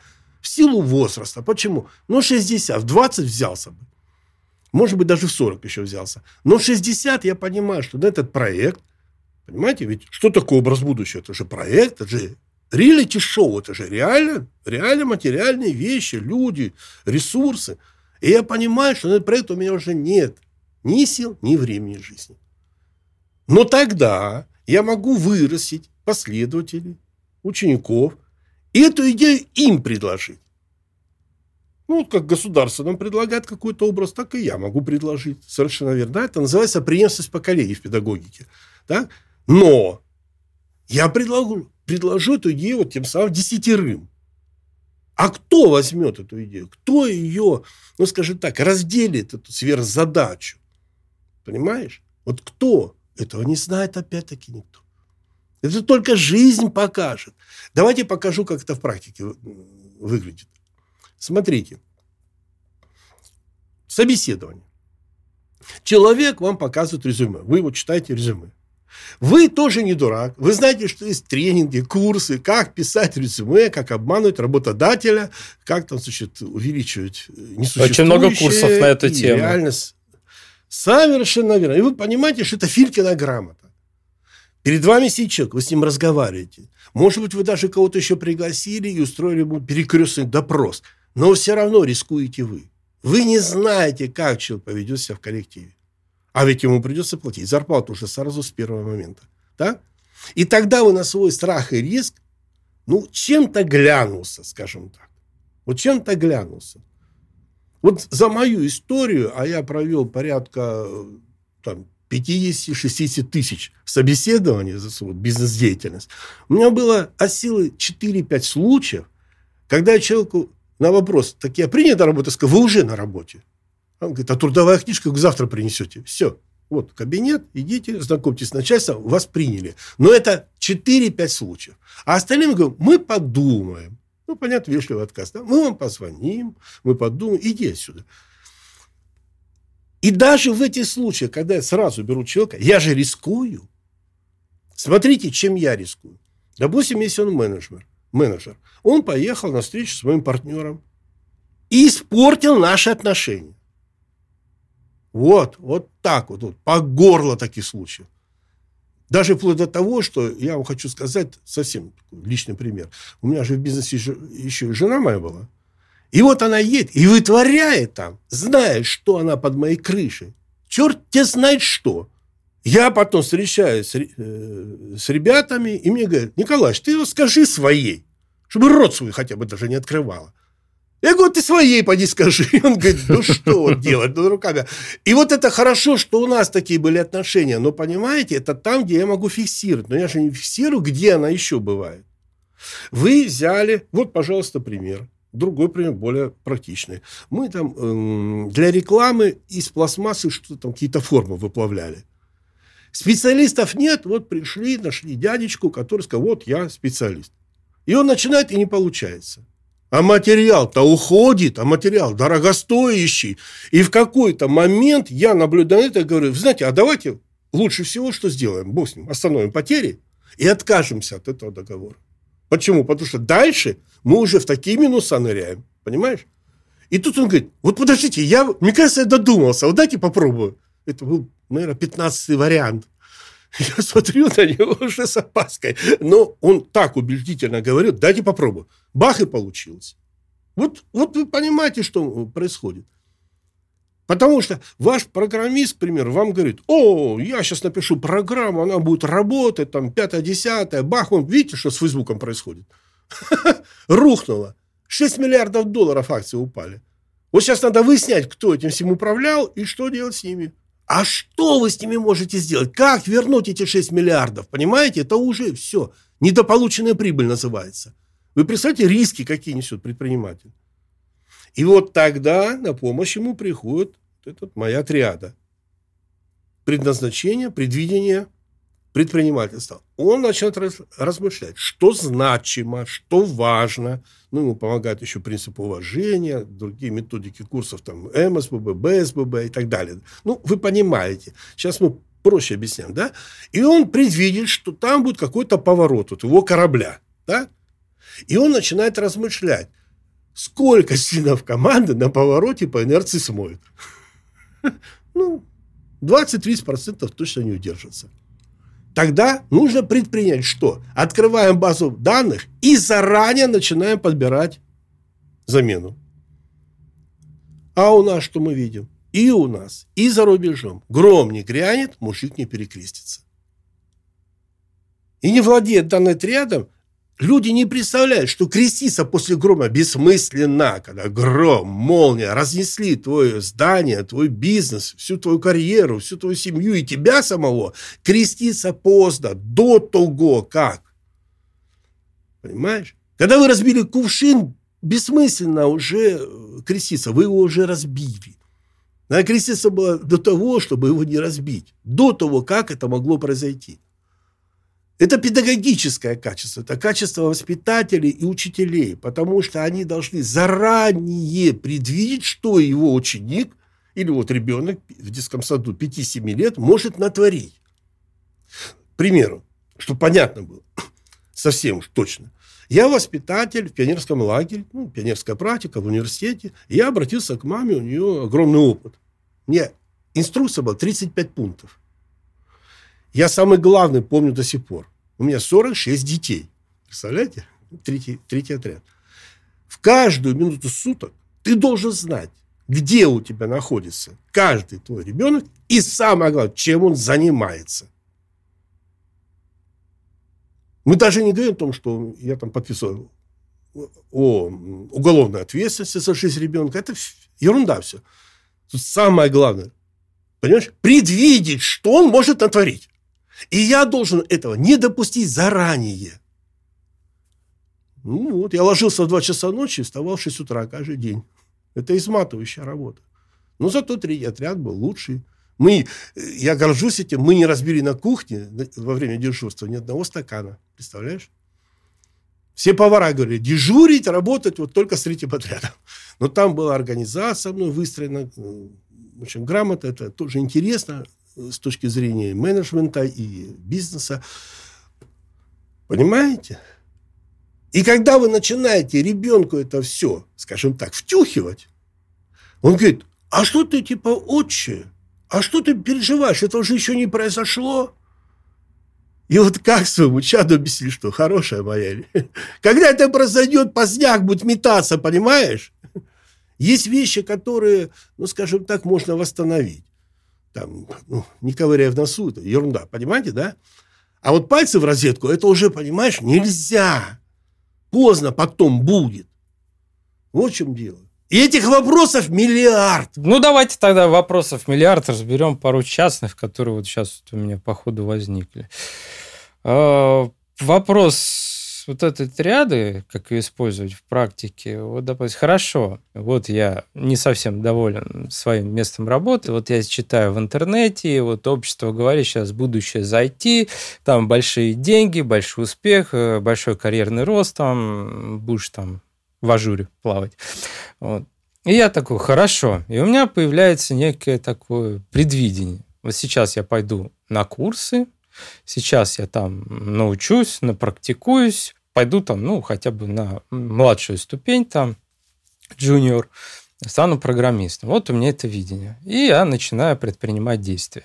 В силу возраста. Почему? 60, в 20 взялся бы. Может быть, даже в 40 еще взялся. Но в 60 я понимаю, что этот проект, понимаете, ведь что такое образ будущего? Это же проект, это же реалити-шоу, это же реально материальные вещи, люди, ресурсы. И я понимаю, что на этот проект у меня уже нет ни сил, ни времени жизни. Но тогда я могу вырастить последователей, учеников, и эту идею им предложить. Как государство нам предлагает какой-то образ, так и я могу предложить. Совершенно верно. Это называется преемственность поколений в педагогике. Так? Но я предложу эту идею тем самым 10. А кто возьмет эту идею? Кто ее, скажем так, разделит эту сверхзадачу? Понимаешь? Кто? Этого не знает опять-таки никто. Это только жизнь покажет. Давайте покажу, как это в практике выглядит. Смотрите. Собеседование. Человек вам показывает резюме. Вы его читаете резюме. Вы тоже не дурак. Вы знаете, что есть тренинги, курсы, как писать резюме, как обманывать работодателя, как там, увеличивать несуществующее. Очень много курсов на эту тему. Реальность. Совершенно верно. И вы понимаете, что это Филькина грамота. Перед вами сидит человек, вы с ним разговариваете. Может быть, вы даже кого-то еще пригласили и устроили ему перекрестный допрос. Но все равно рискуете вы. Вы не знаете, как человек поведет себя в коллективе. А ведь ему придется платить зарплату уже сразу с первого момента. Так? И тогда вы на свой страх и риск чем-то глянулся, скажем так. Чем-то глянулся. За мою историю, а я провел порядка 50-60 тысяч собеседований за свою бизнес-деятельность, у меня было от силы 4-5 случаев, когда человеку на вопрос, так я принято работать, сказал, вы уже на работе. Он говорит, а трудовая книжка вы завтра принесете. Все. Кабинет, идите, знакомьтесь с начальством, вас приняли. Но это 4-5 случаев. А остальным говорю, мы подумаем. Понятно, вежливый отказ. Да? Мы вам позвоним, мы подумаем, иди отсюда. И даже в этих случаях, когда я сразу беру человека, я же рискую. Смотрите, чем я рискую. Допустим, если он менеджер. Он поехал на встречу с своим партнером и испортил наши отношения. Вот так по горло таких случаев. Даже вплоть до того, что я вам хочу сказать совсем личный пример. У меня же в бизнесе еще и жена моя была. И она едет и вытворяет там, зная, что она под моей крышей. Черт те знает что. Я потом встречаюсь с ребятами, и мне говорят, Николай, ты скажи своей, чтобы рот свой хотя бы даже не открывала. Я говорю, ты своей поди скажи. Он говорит, что делать руками. И это хорошо, что у нас такие были отношения. Но, понимаете, это там, где я могу фиксировать. Но я же не фиксирую, где она еще бывает. Вы взяли, пожалуйста, пример. Другой пример, более практичный. Мы там для рекламы из пластмассы что-то там, какие-то формы выплавляли. Специалистов нет, пришли, нашли дядечку, который сказал, я специалист. И он начинает, и не получается. А материал-то уходит, а материал дорогостоящий. И в какой-то момент я наблюдаю это и говорю, вы знаете, а давайте лучше всего что сделаем? Бог с ним, остановим потери и откажемся от этого договора. Почему? Потому что дальше мы уже в такие минуса ныряем. Понимаешь? И тут он говорит, подождите, мне кажется, я додумался, дайте попробую. Это был, наверное, 15-й вариант. Я смотрю на него уже с опаской. Но он так убедительно говорит, дайте попробую. Бах, и получилось. Вот вы понимаете, что происходит. Потому что ваш программист, к примеру, вам говорит, я сейчас напишу программу, она будет работать, там, 5-10, бах, видите, что с Фейсбуком происходит? Рухнуло. 6 миллиардов долларов акции упали. Сейчас надо выяснять, кто этим всем управлял и что делать с ними. А что вы с ними можете сделать? Как вернуть эти 6 миллиардов? Понимаете, это уже все. Недополученная прибыль называется. Вы представляете, риски, какие несет предприниматель? И тогда на помощь ему приходит моя триада. Предназначение, предвидение, предпринимательства. Он начинает размышлять, что значимо, что важно. Ему помогают еще принципы уважения, другие методики курсов, там, МСББ, БСББ и так далее. Вы понимаете. Сейчас мы проще объясняем, да? И он предвидит, что там будет какой-то поворот его корабля, да? И он начинает размышлять. сколько членов команды на повороте по инерции смоет? 20-30% точно не удержатся. Тогда нужно предпринять что? Открываем базу данных и заранее начинаем подбирать замену. А у нас что мы видим? И у нас, и за рубежом. Гром не грянет, мужик не перекрестится. И не владея данным триадом, люди не представляют, что креститься после грома бессмысленно, когда гром, молния разнесли твое здание, твой бизнес, всю твою карьеру, всю твою семью и тебя самого. Креститься поздно, до того как. Понимаешь? Когда вы разбили кувшин, бессмысленно уже креститься, вы его уже разбили. Надо креститься было до того, чтобы его не разбить. До того, как это могло произойти. Это педагогическое качество, это качество воспитателей и учителей, потому что они должны заранее предвидеть, что его ученик или вот ребенок в детском саду 5-7 лет может натворить. К примеру, чтобы понятно было, совсем уж точно. Я воспитатель в пионерском лагере, пионерская практика в университете. Я обратился к маме, у нее огромный опыт. Мне инструкция была 35 пунктов. Я самый главный помню до сих пор. У меня 46 детей. Представляете? Третий отряд. В каждую минуту суток ты должен знать, где у тебя находится каждый твой ребенок и, самое главное, чем он занимается. Мы даже не говорим о том, что я там подписываю о уголовной ответственности за жизнь ребенка. Это ерунда все. Тут самое главное, понимаешь, предвидеть, что он может натворить. И я должен этого не допустить заранее. Я ложился в 2 часа ночи и вставал в 6 утра каждый день. Это изматывающая работа. Но зато третий отряд был лучший. Я горжусь этим, мы не разбили на кухне во время дежурства ни одного стакана. Представляешь? Все повара говорили, дежурить, работать вот только с третьим отрядом. Но там была организация со мной выстроена, очень грамотно, это тоже интересно с точки зрения менеджмента и бизнеса. Понимаете? И когда вы начинаете ребенку это все, скажем так, втюхивать, он говорит, а что ты типа отче? А что ты переживаешь? Это уже еще не произошло. И вот как своему чаду объяснить, что хорошая моя. Когда это произойдет, поздняк будет метаться, понимаешь? Есть вещи, которые, скажем так, можно восстановить. Там, не ковыряя в носу, это ерунда, понимаете, да? А вот пальцы в розетку, это уже, понимаешь, нельзя. Поздно потом будет. Вот в чем дело. И этих вопросов миллиард. Давайте тогда вопросов миллиард разберем пару частных, которые вот сейчас у меня по ходу возникли. Вопрос вот этой триады, как ее использовать в практике, вот, допустим, хорошо, вот я не совсем доволен своим местом работы, вот я читаю в интернете, вот общество говорит, сейчас будущее за IT, там большие деньги, большой успех, большой карьерный рост, там будешь там в ажуре плавать. Вот. И я такой, хорошо. И у меня появляется некое такое предвидение. Вот сейчас я пойду на курсы, сейчас я там научусь, напрактикуюсь, пойду там, хотя бы на младшую ступень, там, джуниор, стану программистом. Вот у меня это видение. И я начинаю предпринимать действия.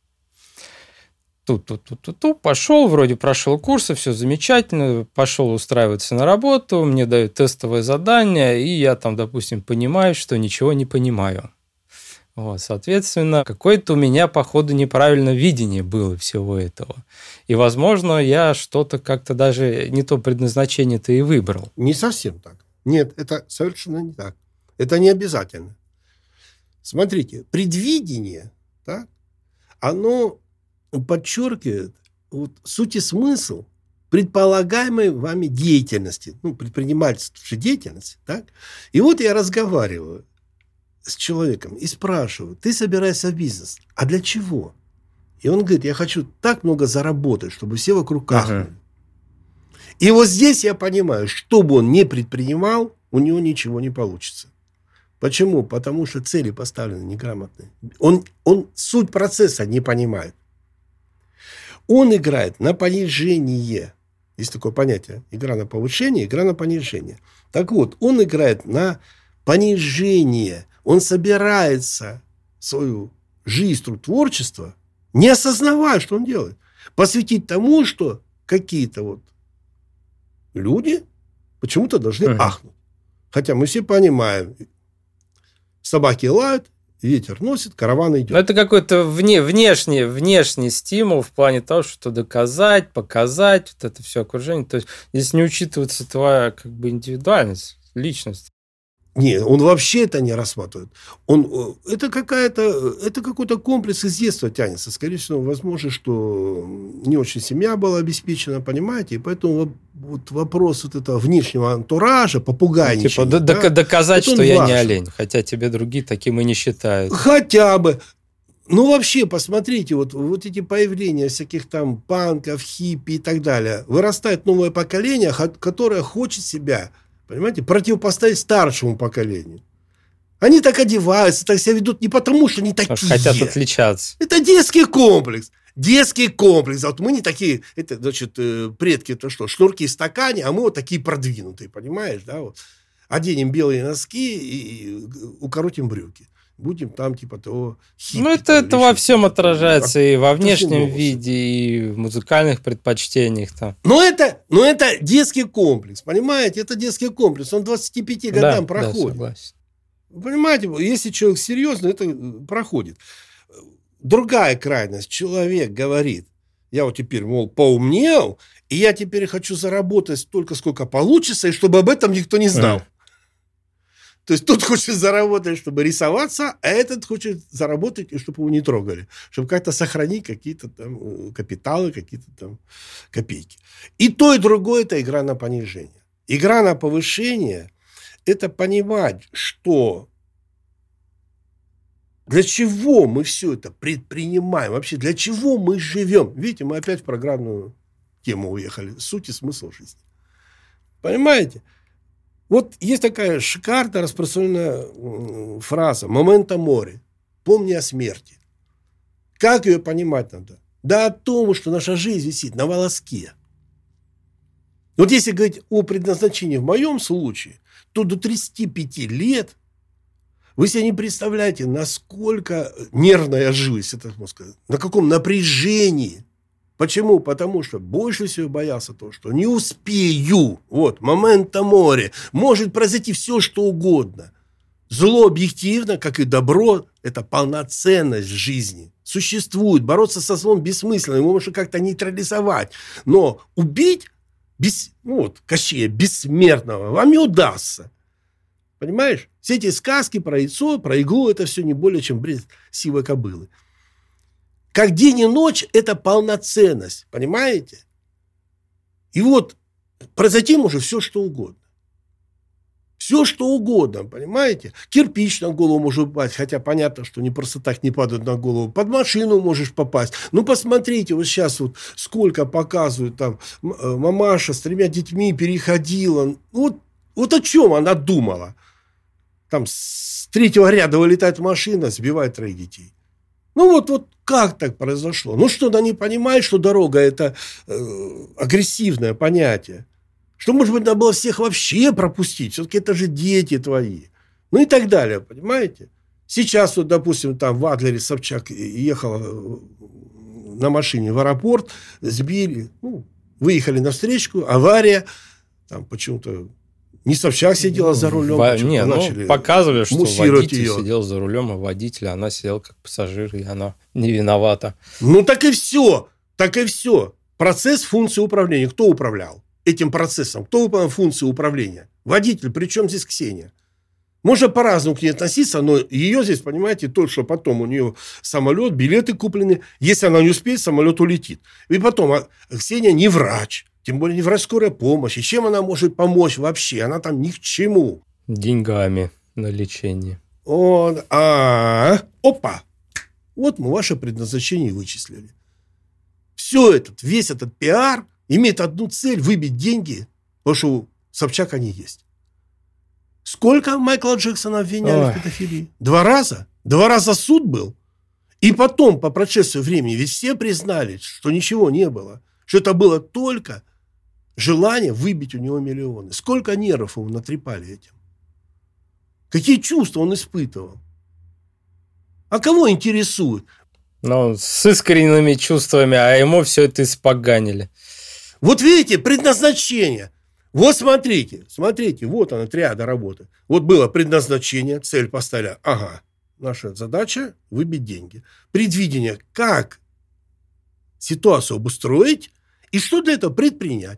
Пошел, вроде прошел курсы, все замечательно, пошел устраиваться на работу, мне дают тестовое задание, и я там, допустим, понимаю, что ничего не понимаю. Вот, соответственно, какое-то у меня, походу, неправильное видение было всего этого. И, возможно, я что-то как-то даже не то предназначение-то и выбрал. Не совсем так. Нет, это совершенно не так. Это не обязательно. Смотрите, предвидение, так, оно подчеркивает суть и смысл предполагаемой вами деятельности, предпринимательской деятельности, так? И вот я разговариваю с человеком и спрашиваю, ты собираешься в бизнес, а для чего? И он говорит, я хочу так много заработать, чтобы все вокруг кахнули. И вот здесь я понимаю, что бы он ни предпринимал, у него ничего не получится. Почему? Потому что цели поставлены неграмотные. Он суть процесса не понимает. Он играет на понижение. Есть такое понятие. Игра на повышение, игра на понижение. Так вот, он играет на понижение. Он собирается свою жизнь, труд, творчество, не осознавая, что он делает, посвятить тому, что какие-то вот люди почему-то должны ахнуть. Хотя мы все понимаем, собаки лают, ветер носит, караван идет. Но это какой-то внешний стимул в плане того, что доказать, показать, вот это все окружение. То есть здесь не учитывается твоя как бы индивидуальность, личность. Нет, он вообще это не рассматривает. Это какой-то комплекс из детства тянется. Скорее всего, возможно, что не очень семья была обеспечена, понимаете? И поэтому вот вопрос вот этого внешнего антуража, попугайничания. Типа доказать, что я не важен. олень, хотя тебе другие таким и не считают. Хотя бы. Ну, вообще, посмотрите, вот эти появления всяких там панков, хиппи и так далее. Вырастает новое поколение, которое хочет себя... Понимаете, противопоставить старшему поколению. Они так одеваются, так себя ведут не потому, что они такие. Хотят отличаться. Это детский комплекс. Детский комплекс. А вот мы не такие, это, значит, предки, это что, шнурки в стакане, а мы вот такие продвинутые, понимаешь, да? Вот. Оденем белые носки и укоротим брюки. Будем там типа того хиппи. Ну, это во всем отражается и во внешнем виде, и в музыкальных предпочтениях. Там. Но это детский комплекс, понимаете? Это детский комплекс. Он 25 годам проходит. Да, согласен. Понимаете, если человек серьезно, это проходит. Другая крайность. Человек говорит, я вот теперь, мол, поумнел, и я теперь хочу заработать столько, сколько получится, и чтобы об этом никто не знал. То есть тот хочет заработать, чтобы рисоваться, а этот хочет заработать, и чтобы его не трогали. Чтобы как-то сохранить какие-то там капиталы, какие-то там копейки. И то, и другое – это игра на понижение. Игра на повышение – это понимать, что для чего мы все это предпринимаем, вообще для чего мы живем. Видите, мы опять в программную тему уехали. Суть и смысл жизни. Понимаете? Вот есть такая шикарная распространенная фраза «моменто море», «помни о смерти». Как ее понимать надо? Да о том, что наша жизнь висит на волоске. Вот если говорить о предназначении в моем случае, то до 35 лет вы себе не представляете, насколько нервная жизнь, это можно сказать, на каком напряжении. Почему? Потому что больше всего боялся того, что не успею. Вот, моменто море. Может произойти все, что угодно. Зло объективно, как и добро, это полноценность жизни. Существует. Бороться со злом бессмысленно. Его можно как-то нейтрализовать. Но убить Кощея бессмертного вам не удастся. Понимаешь? Все эти сказки про яйцо, про иглу, это все не более чем бред сивой кобылы. Как день и ночь – это полноценность, понимаете? И вот произойти может все, что угодно. Все, что угодно, понимаете? Кирпич на голову может упасть, хотя понятно, что не просто так не падают на голову. Под машину можешь попасть. Ну, посмотрите, вот сейчас вот сколько показывают там мамаша с 3 детьми переходила. Вот о чем она думала? Там с 3-го ряда вылетает машина, сбивает 3 детей. Ну, вот как так произошло? Ну, что она не понимает, что дорога – это агрессивное понятие. Что, может быть, надо было всех вообще пропустить? Все-таки это же дети твои. Ну, и так далее, понимаете? Сейчас, вот, допустим, там в Адлере Собчак ехала на машине в аэропорт, сбили, выехали на встречку, авария, там почему-то... Не Собчак сидела за рулем. Показывали, что водитель ее. Сидел за рулем, а водитель, она сидела как пассажир, и она не виновата. Ну, так и все. Так и все. Процесс функции управления. Кто управлял этим процессом? Кто выполнял функцию управления? Водитель. Причем здесь Ксения? Можно по-разному к ней относиться, но ее здесь, понимаете, то, что потом у нее самолет, билеты куплены. Если она не успеет, самолет улетит. И потом, Ксения не врач. Тем более не врач скорой помощи. Чем она может помочь вообще? Она там ни к чему. Деньгами на лечение. Опа! Вот мы ваше предназначение вычислили. Весь этот пиар имеет одну цель – выбить деньги, потому что у Собчак они есть. Сколько Майкла Джексона обвиняли в педофилии? 2 раза? 2 раза суд был? И потом, по прошествии времени, ведь все признали, что ничего не было. Что это было только желание выбить у него миллионы. Сколько нервов ему натрепали этим. Какие чувства он испытывал. А кого интересует? Ну, с искренними чувствами, а ему все это испоганили. Вот видите, предназначение. Вот смотрите, вот она, триада работы. Вот было предназначение, цель поставили. Ага, наша задача – выбить деньги. Предвидение, как ситуацию обустроить и что для этого предпринять.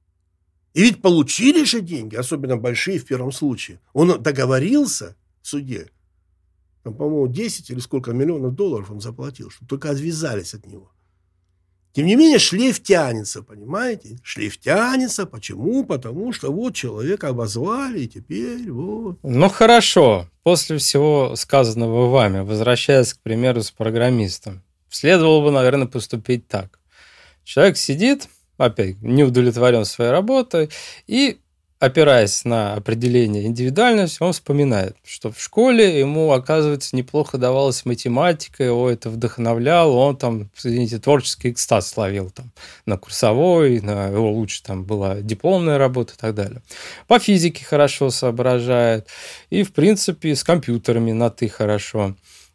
И ведь получили же деньги, особенно большие в первом случае. Он договорился в суде. Там, по-моему, 10 или сколько миллионов долларов он заплатил, чтобы только отвязались от него. Тем не менее, шлейф тянется, понимаете? Шлейф тянется. Почему? Потому что вот человека обозвали, и теперь вот. Ну, хорошо. После всего сказанного вами, возвращаясь, к примеру, с программистом, следовало бы, наверное, поступить так. Человек сидит, опять, не удовлетворен своей работой, и, опираясь на определение индивидуальности, он вспоминает, что в школе ему, оказывается, неплохо давалась математика, его это вдохновляло, он там, извините, творческий экстаз словил там на курсовой, его лучше там была дипломная работа и так далее. По физике хорошо соображает, и, в принципе, с компьютерами на «ты» хорошо.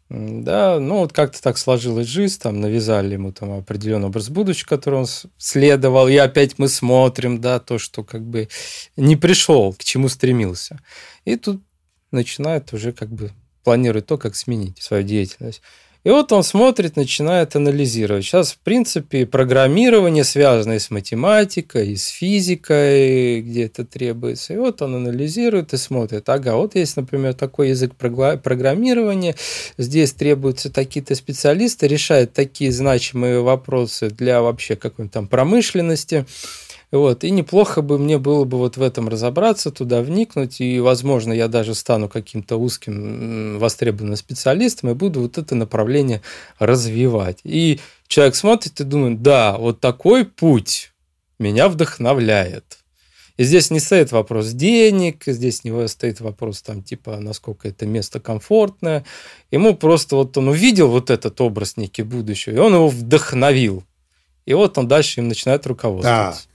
Да, ну вот как-то так сложилась жизнь, там навязали ему там определенный образ будущего, который он следовал, и опять мы смотрим, да, то, что как бы не пришел, к чему стремился. И тут начинает уже как бы планировать то, как сменить свою деятельность. И вот он смотрит, начинает анализировать. Сейчас, в принципе, программирование, связанное с математикой, и с физикой, где это требуется. И вот он анализирует и смотрит. Ага, вот есть, например, такой язык программирования, здесь требуются такие-то специалисты, решают такие значимые вопросы для вообще какой-нибудь там промышленности. Вот. И неплохо бы мне было бы вот в этом разобраться, туда вникнуть, и, возможно, я даже стану каким-то узким востребованным специалистом и буду вот это направление развивать. И человек смотрит и думает, да, вот такой путь меня вдохновляет. И здесь не стоит вопрос денег, здесь не стоит вопрос, там, типа, насколько это место комфортное. Ему просто вот он увидел вот этот образ некий будущего, и он его вдохновил. И вот он дальше им начинает руководствоваться.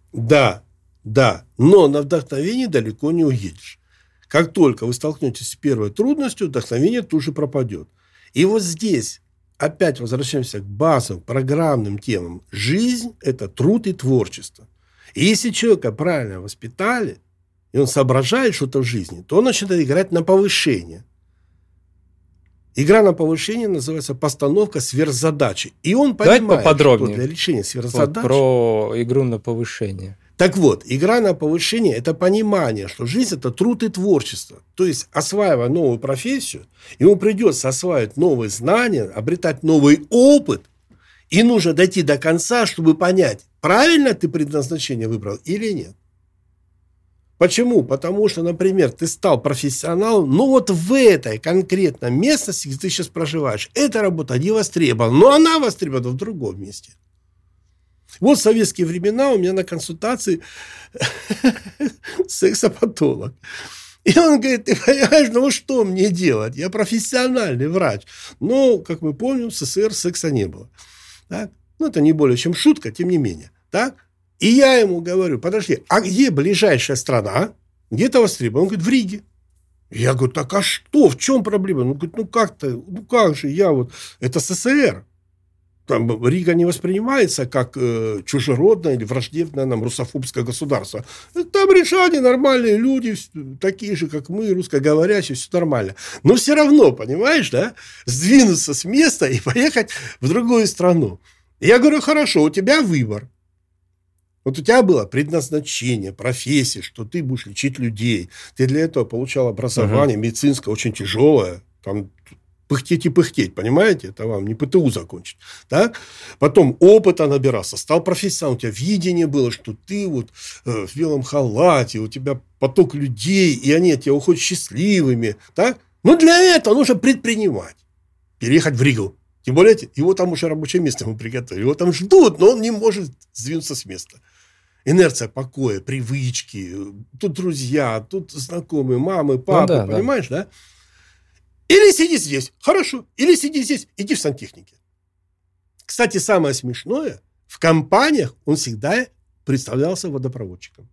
Да, но на вдохновение далеко не уедешь. Как только вы столкнетесь с первой трудностью, вдохновение тут же пропадет. И вот здесь опять возвращаемся к базовым программным темам. Жизнь – это труд и творчество. И если человека правильно воспитали, и он соображает что-то в жизни, то он начинает играть на повышение. Игра на повышение называется постановка сверхзадачи. И он понимает, что для решения сверхзадач... Вот про игру на повышение. Так вот, игра на повышение – это понимание, что жизнь – это труд и творчество. То есть, осваивая новую профессию, ему придется осваивать новые знания, обретать новый опыт. И нужно дойти до конца, чтобы понять, правильно ты предназначение выбрал или нет. Почему? Потому что, например, ты стал профессионалом, но вот в этой конкретной местности, где ты сейчас проживаешь, эта работа не востребована, но она востребована в другом месте. Вот в советские времена у меня на консультации сексопатолог. И он говорит, ты понимаешь, ну что мне делать? Я профессиональный врач. Но, как мы помним, в СССР секса не было. Так? Ну, это не более чем шутка, тем не менее. Так? И я ему говорю, подожди, а где ближайшая страна, где это востребовано? Он говорит, в Риге. Я говорю, так а что, в чем проблема? Он говорит, как же я вот, это СССР. Там Рига не воспринимается как чужеродное или враждебное нам русофобское государство. Там решали нормальные люди, такие же, как мы, русскоговорящие, все нормально. Но все равно, понимаешь, да, сдвинуться с места и поехать в другую страну. И я говорю, хорошо, у тебя выбор. Вот у тебя было предназначение, профессия, что ты будешь лечить людей. Ты для этого получал образование медицинское, очень тяжелое. Там пыхтеть и пыхтеть, понимаете? Это вам не ПТУ закончить. Так? Потом опыта набирался, стал профессионалом. У тебя видение было, что ты вот в белом халате, у тебя поток людей, и они от тебя уходят счастливыми. Так? Но для этого нужно предпринимать. Переехать в Ригу. Тем более, его там уже рабочее место ему приготовили. Его там ждут, но он не может сдвинуться с места. Инерция покоя, привычки. Тут друзья, тут знакомые, мамы, папы. Ну, да, понимаешь, да? Или сиди здесь. Хорошо. Или сиди здесь. Иди в сантехнике. Кстати, самое смешное, в компаниях он всегда представлялся водопроводчиком.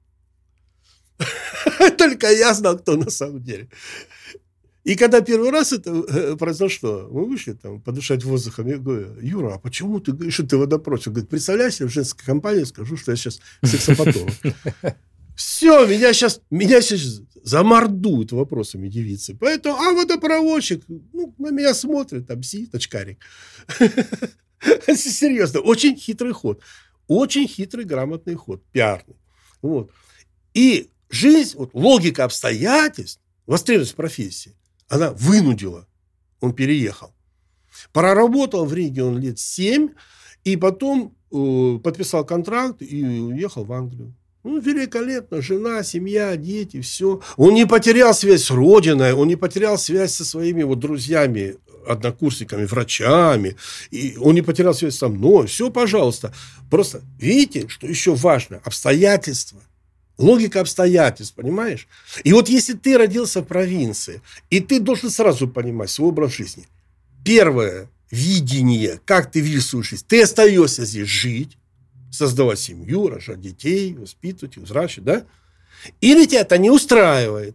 Только я знал, кто на самом деле. И когда первый раз это произошло, мы вышли там подышать воздухом, я говорю: Юра, а почему ты говоришь, что ты водопроводчик? Он говорит: представляешь, я в женской компании скажу, что я сейчас сексопатолог. Все, меня сейчас замордуют вопросами девицы. Поэтому, водопроводчик, на меня смотрит, там сидит очкарик. Серьезно, очень хитрый ход. Очень хитрый, грамотный ход, пиарный. Вот. И жизнь, логика обстоятельств, востребованность профессии, она вынудила. Он переехал. Проработал в Риге он лет 7, и потом подписал контракт и уехал в Англию. Великолепно. Жена, семья, дети, все. Он не потерял связь с родиной, он не потерял связь со своими друзьями, однокурсниками, врачами. И он не потерял связь со мной. Все, пожалуйста. Просто видите, что еще важно? Обстоятельства. Логика обстоятельств, понимаешь? И если ты родился в провинции, и ты должен сразу понимать свой образ жизни. Первое видение, как ты видишь свою жизнь. Ты остаешься здесь жить, создавать семью, рожать детей, воспитывать их, взращивать, да? Или тебя это не устраивает.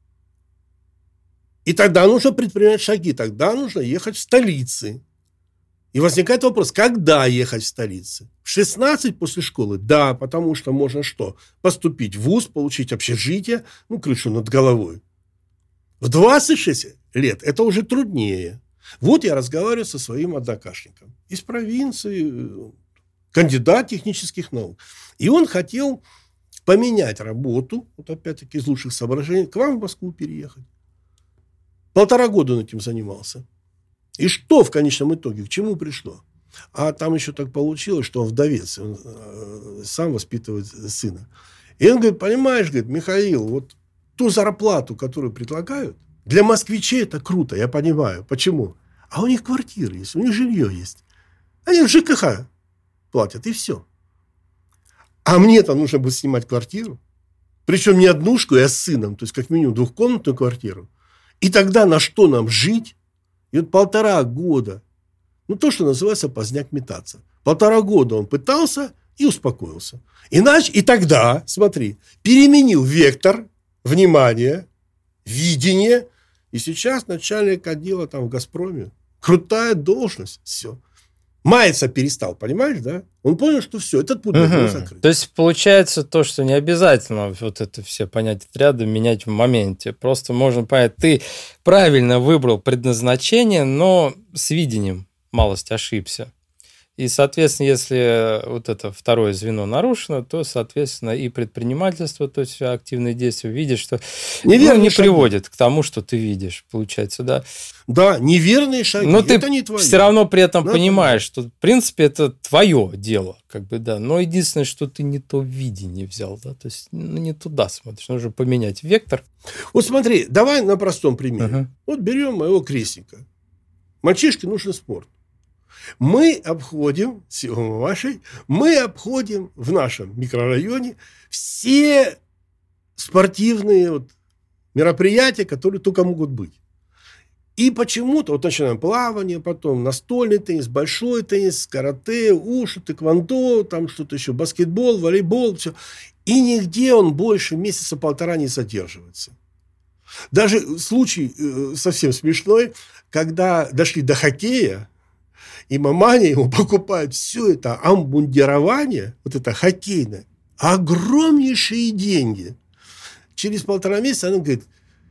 И тогда нужно предпринимать шаги, тогда нужно ехать в столицы. И возникает вопрос, когда ехать в столицы? В 16 после школы? Да, потому что можно что? Поступить в вуз, получить общежитие, крышу над головой. В 26 лет это уже труднее. Я разговариваю со своим однокашником из провинции, кандидат технических наук. И он хотел поменять работу, опять-таки из лучших соображений, к вам в Москву переехать. 1,5 года он этим занимался. И что в конечном итоге, к чему пришло? А там еще так получилось, что он вдовец, он сам воспитывает сына. И он говорит: понимаешь, Михаил, ту зарплату, которую предлагают, для москвичей это круто, я понимаю. Почему? А у них квартиры есть, у них жилье есть. Они в ЖКХ платят, и все. А мне-то нужно будет снимать квартиру. Причем не однушку, а с сыном. То есть, как минимум, 2-комнатную квартиру. И тогда на что нам жить? И 1,5 года, то, что называется поздняк метаться. 1,5 года он пытался и успокоился. Иначе, и тогда, смотри, переменил вектор внимания, видение. И сейчас начальник отдела в «Газпроме». Крутая должность. Все. Маяться перестал, понимаешь, да? Он понял, что все, этот путь был закрыт. То есть, получается то, что не обязательно это все понятия ряда менять в моменте. Просто можно понять, ты правильно выбрал предназначение, но с видением малость ошибся. И, соответственно, если это второе звено нарушено, то, соответственно, и предпринимательство, то есть активные действия, видишь, что не приводит к тому, что ты видишь, получается, да? Да, неверные шаги, но это ты не твои. Все равно при этом понимаешь, что, в принципе, это твое дело, да. Но единственное, что ты не то видение взял, да, то есть не туда смотришь, нужно поменять вектор. Смотри, давай на простом примере. Берем моего крестника. Мальчишке нужен спорт. Мы обходим, с его мамашей, в нашем микрорайоне все спортивные мероприятия, которые только могут быть. И почему-то, начинаем плавание, потом настольный теннис, большой теннис, карате, ушу, тэквондо, там что-то еще, баскетбол, волейбол, все. И нигде он больше 1-1,5 месяца не задерживается. Даже случай совсем смешной, когда дошли до хоккея, и маманя ему покупает все это обмундирование, это хоккейное, огромнейшие деньги. Через 1,5 месяца она говорит: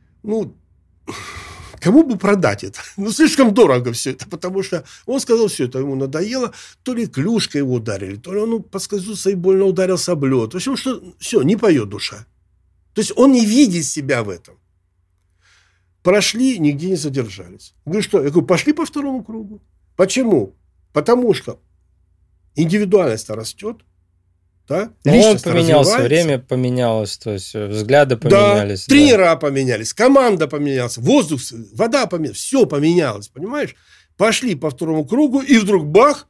кому бы продать это? Слишком дорого все это, потому что он сказал, все это ему надоело, то ли клюшкой его ударили, то ли он подскользнулся и больно ударился об лед. В общем, что все, не поет душа. То есть он не видит себя в этом. Прошли, нигде не задержались. Говорю, что? Я говорю, пошли по 2-му кругу. Почему? Потому что индивидуальность растет, да? Он поменялся, время поменялось, то есть взгляды поменялись. Да, тренера поменялись, команда поменялась, воздух, вода поменялась, все поменялось, понимаешь? Пошли по 2-му кругу, и вдруг бах!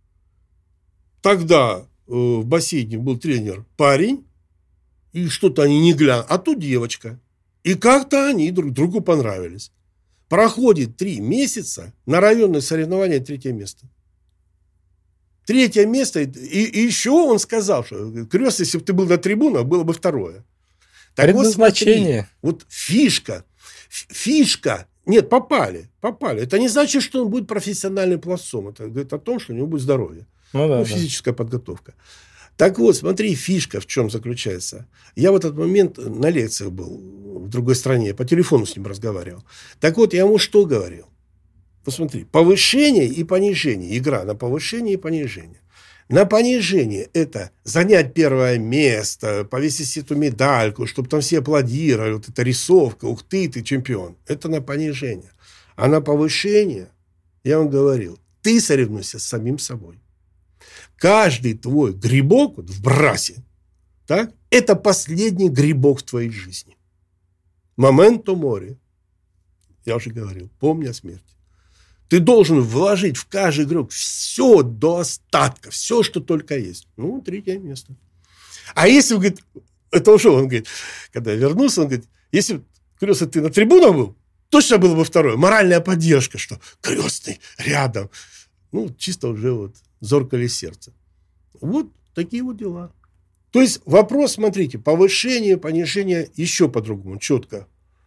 Тогда в бассейне был тренер парень, и что-то они не глянут, а тут девочка. И как-то они друг другу понравились. Проходит 3 месяца, на районное соревнование 3-е место. Третье место. И еще он сказал, что Крест, если бы ты был на трибунах, было бы второе. Так Предназначение. Вот фишка. Нет, попали. Это не значит, что он будет профессиональным пловцом. Это говорит о том, что у него будет здоровье. Физическая подготовка. Так вот, смотри, фишка в чем заключается. Я в этот момент на лекциях был в другой стране, по телефону с ним разговаривал. Так вот, я ему что говорил? Посмотри, повышение и понижение. Игра на повышение и понижение. На понижение – это занять первое место, повесить эту медальку, чтобы там все аплодировали, вот эта рисовка, ух ты чемпион. Это на понижение. А на повышение, я вам говорил, ты соревнуйся с самим собой. Каждый твой грибок вот в брасе, так, это последний грибок в твоей жизни. Моменто море. Я уже говорил, помни о смерти. Ты должен вложить в каждый игрок все до остатка, все, что только есть. Ну, третье место. А если, он говорит, это уже он говорит, когда я вернулся, он говорит, если, Крестный, ты на трибунах был, точно было бы второе. Моральная поддержка, что Крестный рядом. Ну, чисто уже вот зоркали сердце. Вот такие вот дела. То есть вопрос, смотрите, повышение, понижение еще по-другому, четко.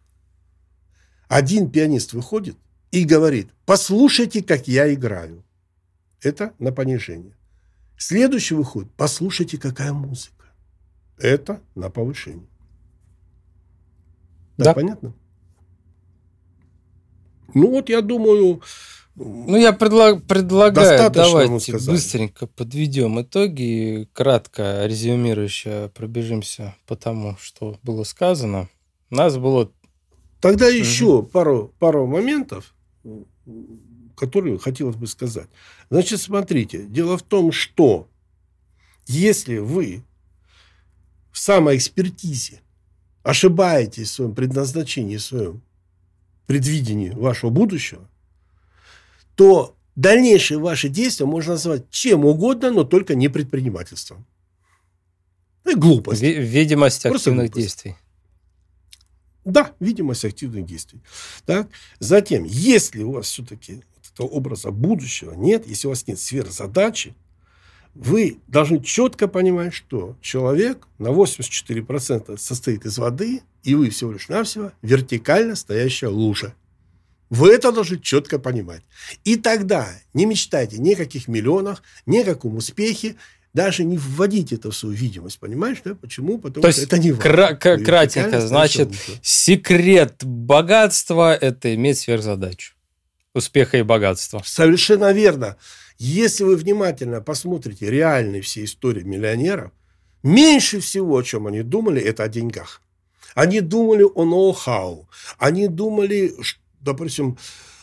Один пианист выходит и говорит, послушайте, как я играю. Это на понижение. Следующий выходит, послушайте, какая музыка. Это на повышение. Да. Понятно? Ну вот, я думаю... Ну, я предлагаю, давайте быстренько подведем итоги, кратко резюмирующе пробежимся по тому, что было сказано. У нас было... Тогда еще пару моментов, которые хотелось бы сказать. Значит, смотрите, дело в том, что если вы в самоэкспертизе ошибаетесь в своем предназначении, в своем предвидении вашего будущего, то дальнейшие ваши действия можно назвать чем угодно, но только не предпринимательством. И глупость. Видимость активных действий. Да, видимость активных действий. Так? Затем, если у вас все-таки этого образа будущего нет, если у вас нет сверхзадачи, вы должны четко понимать, что человек на 84% состоит из воды, и вы всего лишь навсего вертикально стоящая лужа. Вы это должны четко понимать. И тогда не мечтайте ни о каких миллионах, ни о каком успехе, даже не вводите это в свою видимость. Понимаешь, да? Почему? Потому что это не важно. Кратенько, значит, секрет богатства – это иметь сверхзадачу. Успеха и богатства. Совершенно верно. Если вы внимательно посмотрите реальные все истории миллионеров, меньше всего, о чем они думали, это о деньгах. Они думали о ноу-хау. Они думали, допустим,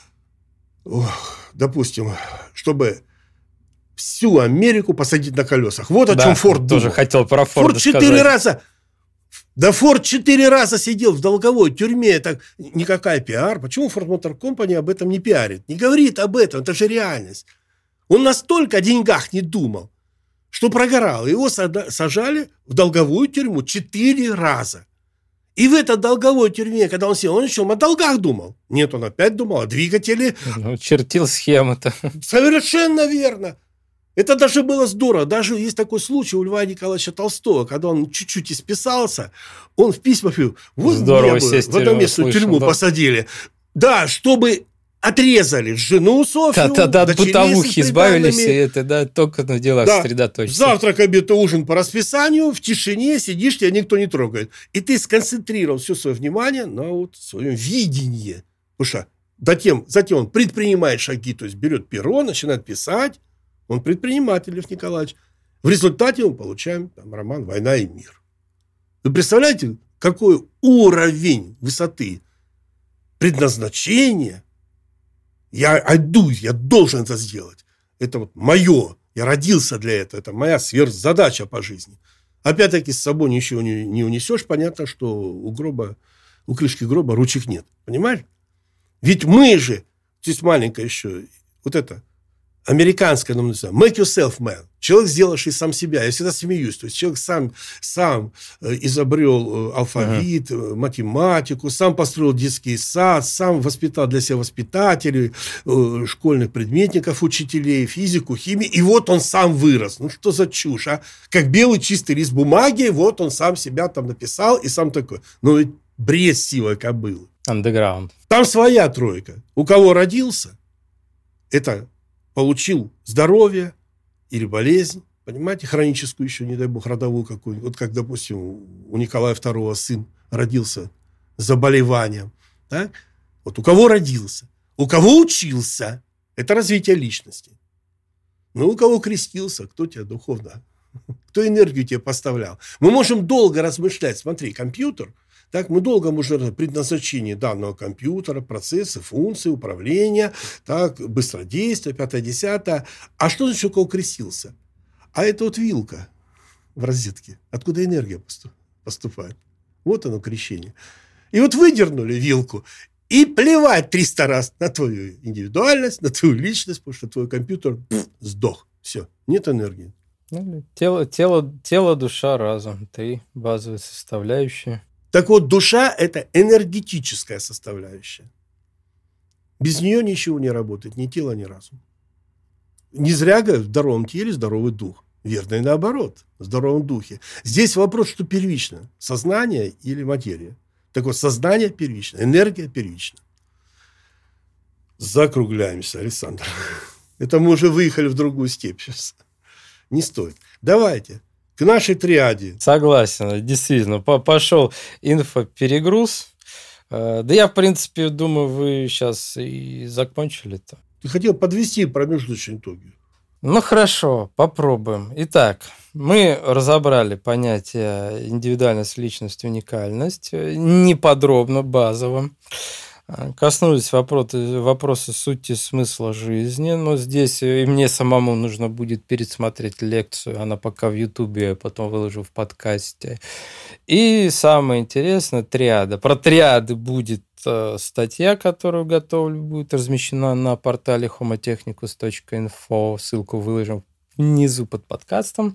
чтобы всю Америку посадить на колесах. Вот о чем Форд думал. Тоже хотел про Форда сказать. Форд 4 раза сидел в долговой тюрьме. Это никакая пиар. Почему Ford Motor Company об этом не пиарит? Не говорит об этом. Это же реальность. Он настолько о деньгах не думал, что прогорал. Его сажали в долговую тюрьму 4 раза. И в этой долговой тюрьме, когда он сел, он еще о долгах думал. Нет, он опять думал о двигателе. Чертил схемы-то. Совершенно верно. Это даже было здорово. Даже есть такой случай у Льва Николаевича Толстого, когда он чуть-чуть исписался, он в письмах говорил, вот здорово, меня бы в эту местную тюрьму посадили. Да, чтобы отрезали жену Софью, да, от бытовухи избавились, и это, да, только на делах сосредоточиться. Завтрак, обед и ужин по расписанию, в тишине сидишь, тебя никто не трогает. И ты сконцентрировал все свое внимание на вот своем видении. Потому что затем он предпринимает шаги, то есть берет перо, начинает писать. Он предприниматель, Лев Николаевич. В результате мы получаем роман «Война и мир». Вы представляете, какой уровень высоты предназначения? Я должен это сделать. Это вот мое. Я родился для этого. Это моя сверхзадача по жизни. Опять-таки с собой ничего не унесешь. Понятно, что у крышки гроба ручек нет. Понимаешь? Ведь мы же, здесь маленькая еще, вот это, американское, ну, make yourself man. Человек, сделавший сам себя. Я всегда смеюсь. То есть человек сам изобрел алфавит, математику, сам построил детский сад, сам воспитал для себя воспитателей, школьных предметников, учителей, физику, химию. И вот он сам вырос. Ну, что за чушь, а? Как белый чистый лист бумаги, вот он сам себя там написал и сам такой. Ну, ведь бред сивой кобылы. Underground. Там своя тройка. У кого родился, это получил здоровье или болезнь, понимаете, хроническую еще, не дай бог, родовую какую-нибудь. Вот как, допустим, у Николая II сын родился с заболеванием. Так? Вот у кого родился, у кого учился, это развитие личности. Ну, у кого крестился, кто тебя духовно, кто энергию тебе поставлял. Мы можем долго размышлять. Смотри, компьютер, так, мы долго можем предназначение данного компьютера, процессы, функции, управления, так, быстродействие, 5-10. А что значит, у кого крестился? А это вот вилка в розетке, откуда энергия поступает. Вот оно, крещение. И вот выдернули вилку, и плевать 300 раз на твою индивидуальность, на твою личность, потому что твой компьютер сдох. Все, нет энергии. Тело, душа, разум. 3 базовые составляющие. Так вот, душа – это энергетическая составляющая. Без нее ничего не работает, ни тело, ни разум. Не зря говорят, в здоровом теле здоровый дух. Верно и наоборот, в здоровом духе. Здесь вопрос, что первично – сознание или материя. Так вот, сознание первично, энергия первична. Закругляемся, Александр. Это мы уже выехали в другую степь сейчас. Не стоит. Давайте. К нашей триаде. Согласен, действительно. Пошел инфоперегруз. Да я, в принципе, думаю, вы сейчас и закончили-то. Ты хотел подвести промежуточные итоги. Ну, хорошо, попробуем. Итак, мы разобрали понятие индивидуальность, личность, уникальность. Неподробно, базово. Коснулись вопроса сути смысла жизни, но здесь и мне самому нужно будет пересмотреть лекцию, она пока в Ютубе, я потом выложу в подкасте. И самое интересное, триада. Про триады будет статья, которую готовлю, будет размещена на портале homotechnicus.info, ссылку выложим внизу под подкастом.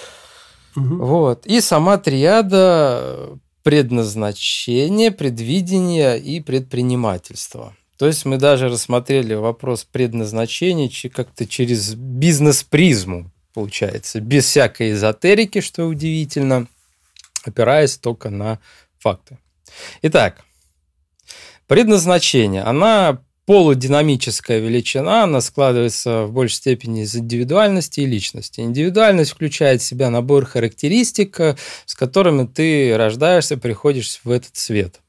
Вот. И сама триада... предназначение, предвидение и предпринимательство. То есть мы даже рассмотрели вопрос предназначения как-то через бизнес-призму, получается, без всякой эзотерики, что удивительно, опираясь только на факты. Итак, предназначение. Она полудинамическая величина, она складывается в большей степени из индивидуальности и личности. Индивидуальность включает в себя набор характеристик, с которыми ты рождаешься, приходишь в этот свет.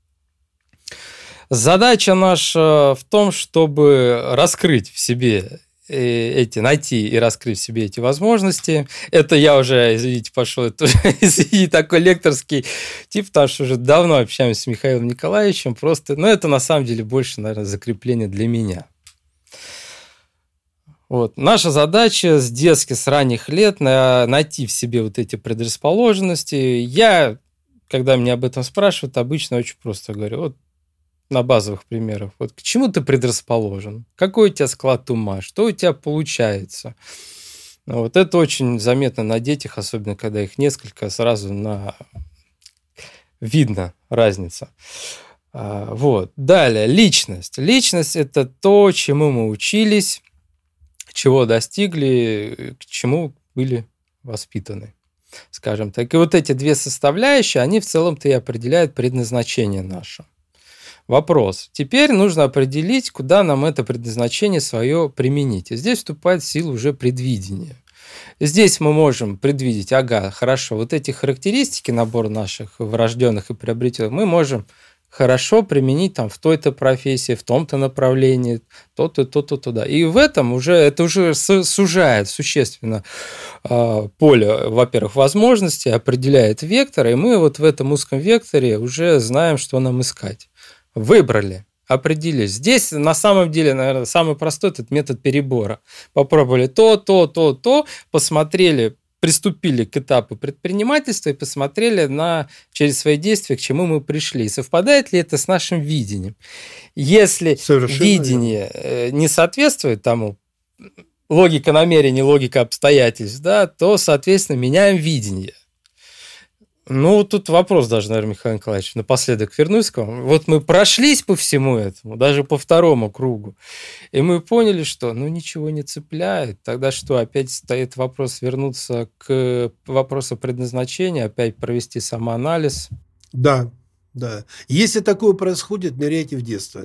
Задача наша в том, чтобы раскрыть в себе найти и раскрыть в себе эти возможности. Это я уже, извините, пошел, это уже, извините, такой лекторский тип, потому что уже давно общаемся с Михаилом Николаевичем, просто, но это на самом деле больше, наверное, закрепление для меня. Вот. Наша задача с детских, с ранних лет найти в себе вот эти предрасположенности. Я, когда меня об этом спрашивают, обычно очень просто говорю, вот на базовых примерах. Вот к чему ты предрасположен? Какой у тебя склад ума? Что у тебя получается? Вот это очень заметно на детях, особенно когда их несколько, сразу видно разница. Вот. Далее, личность. Личность – это то, чему мы учились, чего достигли, к чему были воспитаны, скажем так. И вот эти две составляющие, они в целом-то и определяют предназначение наше. Вопрос. Теперь нужно определить, куда нам это предназначение свое применить. И здесь вступает в силу уже предвидение. Здесь мы можем предвидеть, хорошо, вот эти характеристики, набор наших врожденных и приобретенных, мы можем хорошо применить там в той-то профессии, в том-то направлении, то-то, то-то, туда. И в этом это уже сужает существенно поле, во-первых, возможностей, определяет вектор, и мы вот в этом узком векторе уже знаем, что нам искать. Выбрали, определились. Здесь на самом деле, наверное, самый простой этот метод перебора. Попробовали то, посмотрели, приступили к этапу предпринимательства и посмотрели через свои действия, к чему мы пришли. Совпадает ли это с нашим видением? Если видение не соответствует тому, логика намерений, логика обстоятельств, да, то, соответственно, меняем видение. Ну, тут вопрос даже, наверное, Михаил Николаевич, напоследок вернусь к вам. Вот мы прошлись по всему этому, даже по второму кругу, и мы поняли, что, ничего не цепляет. Тогда что, опять стоит вопрос вернуться к вопросу предназначения, опять провести самоанализ? Да. Если такое происходит, ныряйте в детство.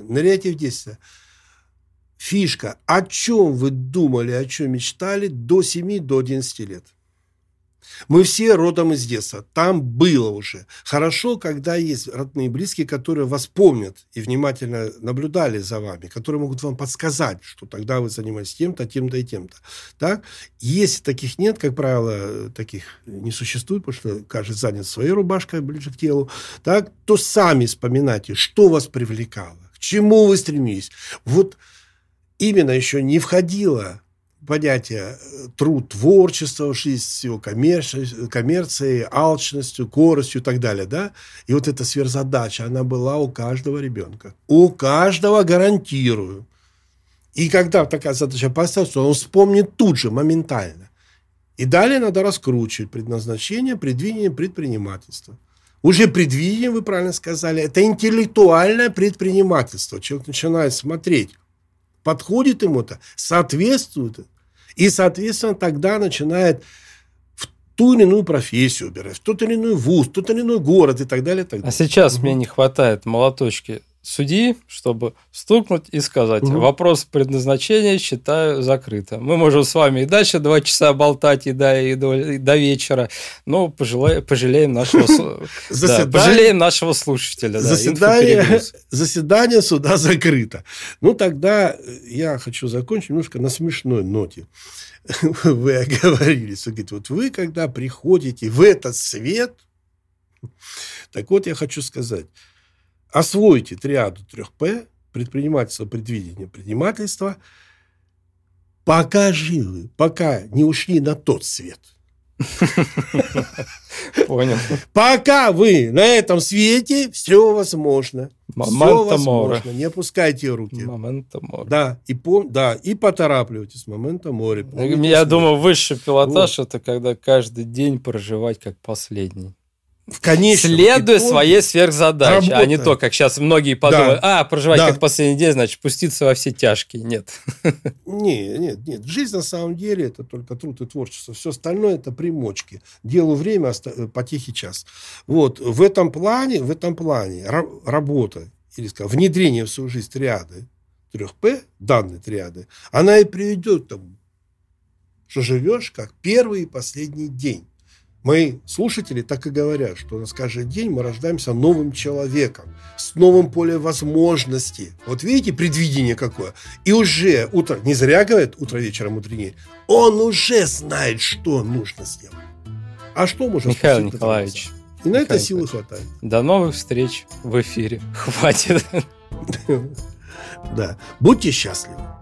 Фишка. О чем вы думали, о чем мечтали до 7, до 11 лет? Мы все родом из детства. Там было уже. Хорошо, когда есть родные и близкие, которые вас помнят и внимательно наблюдали за вами, которые могут вам подсказать, что тогда вы занимались тем-то, тем-то и тем-то. Так? Если таких нет, как правило, таких не существует, потому что каждый занят своей рубашкой ближе к телу, так, то сами вспоминайте, что вас привлекало, к чему вы стремились. Вот именно еще не входило понятие труд, творчество, жизнь с его коммерцией, алчностью, коростью и так далее, да? И вот эта сверхзадача, она была у каждого ребенка. У каждого, гарантирую. И когда такая задача поставится, он вспомнит тут же, моментально. И далее надо раскручивать предназначение, предвидение, предпринимательство. Уже предвидение, вы правильно сказали, это интеллектуальное предпринимательство. Человек начинает смотреть, подходит ему это, соответствует. И, соответственно, тогда начинает в ту или иную профессию убирать, в тот или иной вуз, в тот или иной город и так далее. И так далее. А сейчас мне не хватает молоточки судьи, чтобы стукнуть и сказать, вопрос предназначения считаю закрыто. Мы можем с вами и дальше 2 часа болтать и до вечера, но пожалеем нашего слушателя. Заседание суда закрыто. Тогда я хочу закончить немножко на смешной ноте. Вы оговорились. Вы говорите, вот вы, когда приходите в этот свет, так вот я хочу сказать, освойте триаду 3П, предпринимательство, предвидение, предпринимательство, пока живы, пока не ушли на тот свет. Понял. Пока вы на этом свете, все возможно. Все возможно. Не опускайте руки. Момента море. Да, и поторапливайтесь. Момента море. Я думаю, высший пилотаж это когда каждый день проживать как последний. Следуя своей сверхзадаче, а не то, как сейчас многие подумают, проживать как последний день, значит, пуститься во все тяжкие. Нет. Нет. Жизнь на самом деле это только труд и творчество. Все остальное это примочки. Делу время, потехи час. Вот в этом плане работа, или сказать, внедрение в свою жизнь триады 3П, данной триады, она и приведет к тому, что живешь как первый и последний день. Мои слушатели так и говорят, что у нас каждый день мы рождаемся новым человеком, с новым полем возможностей. Вот видите, предвидение какое. И уже утро, не зря говорят, утро вечером мудренее, он уже знает, что нужно сделать. А что можно сказать? Михаил Николаевич. И на это силы хватает. До новых встреч в эфире. Хватит. Да. Будьте счастливы.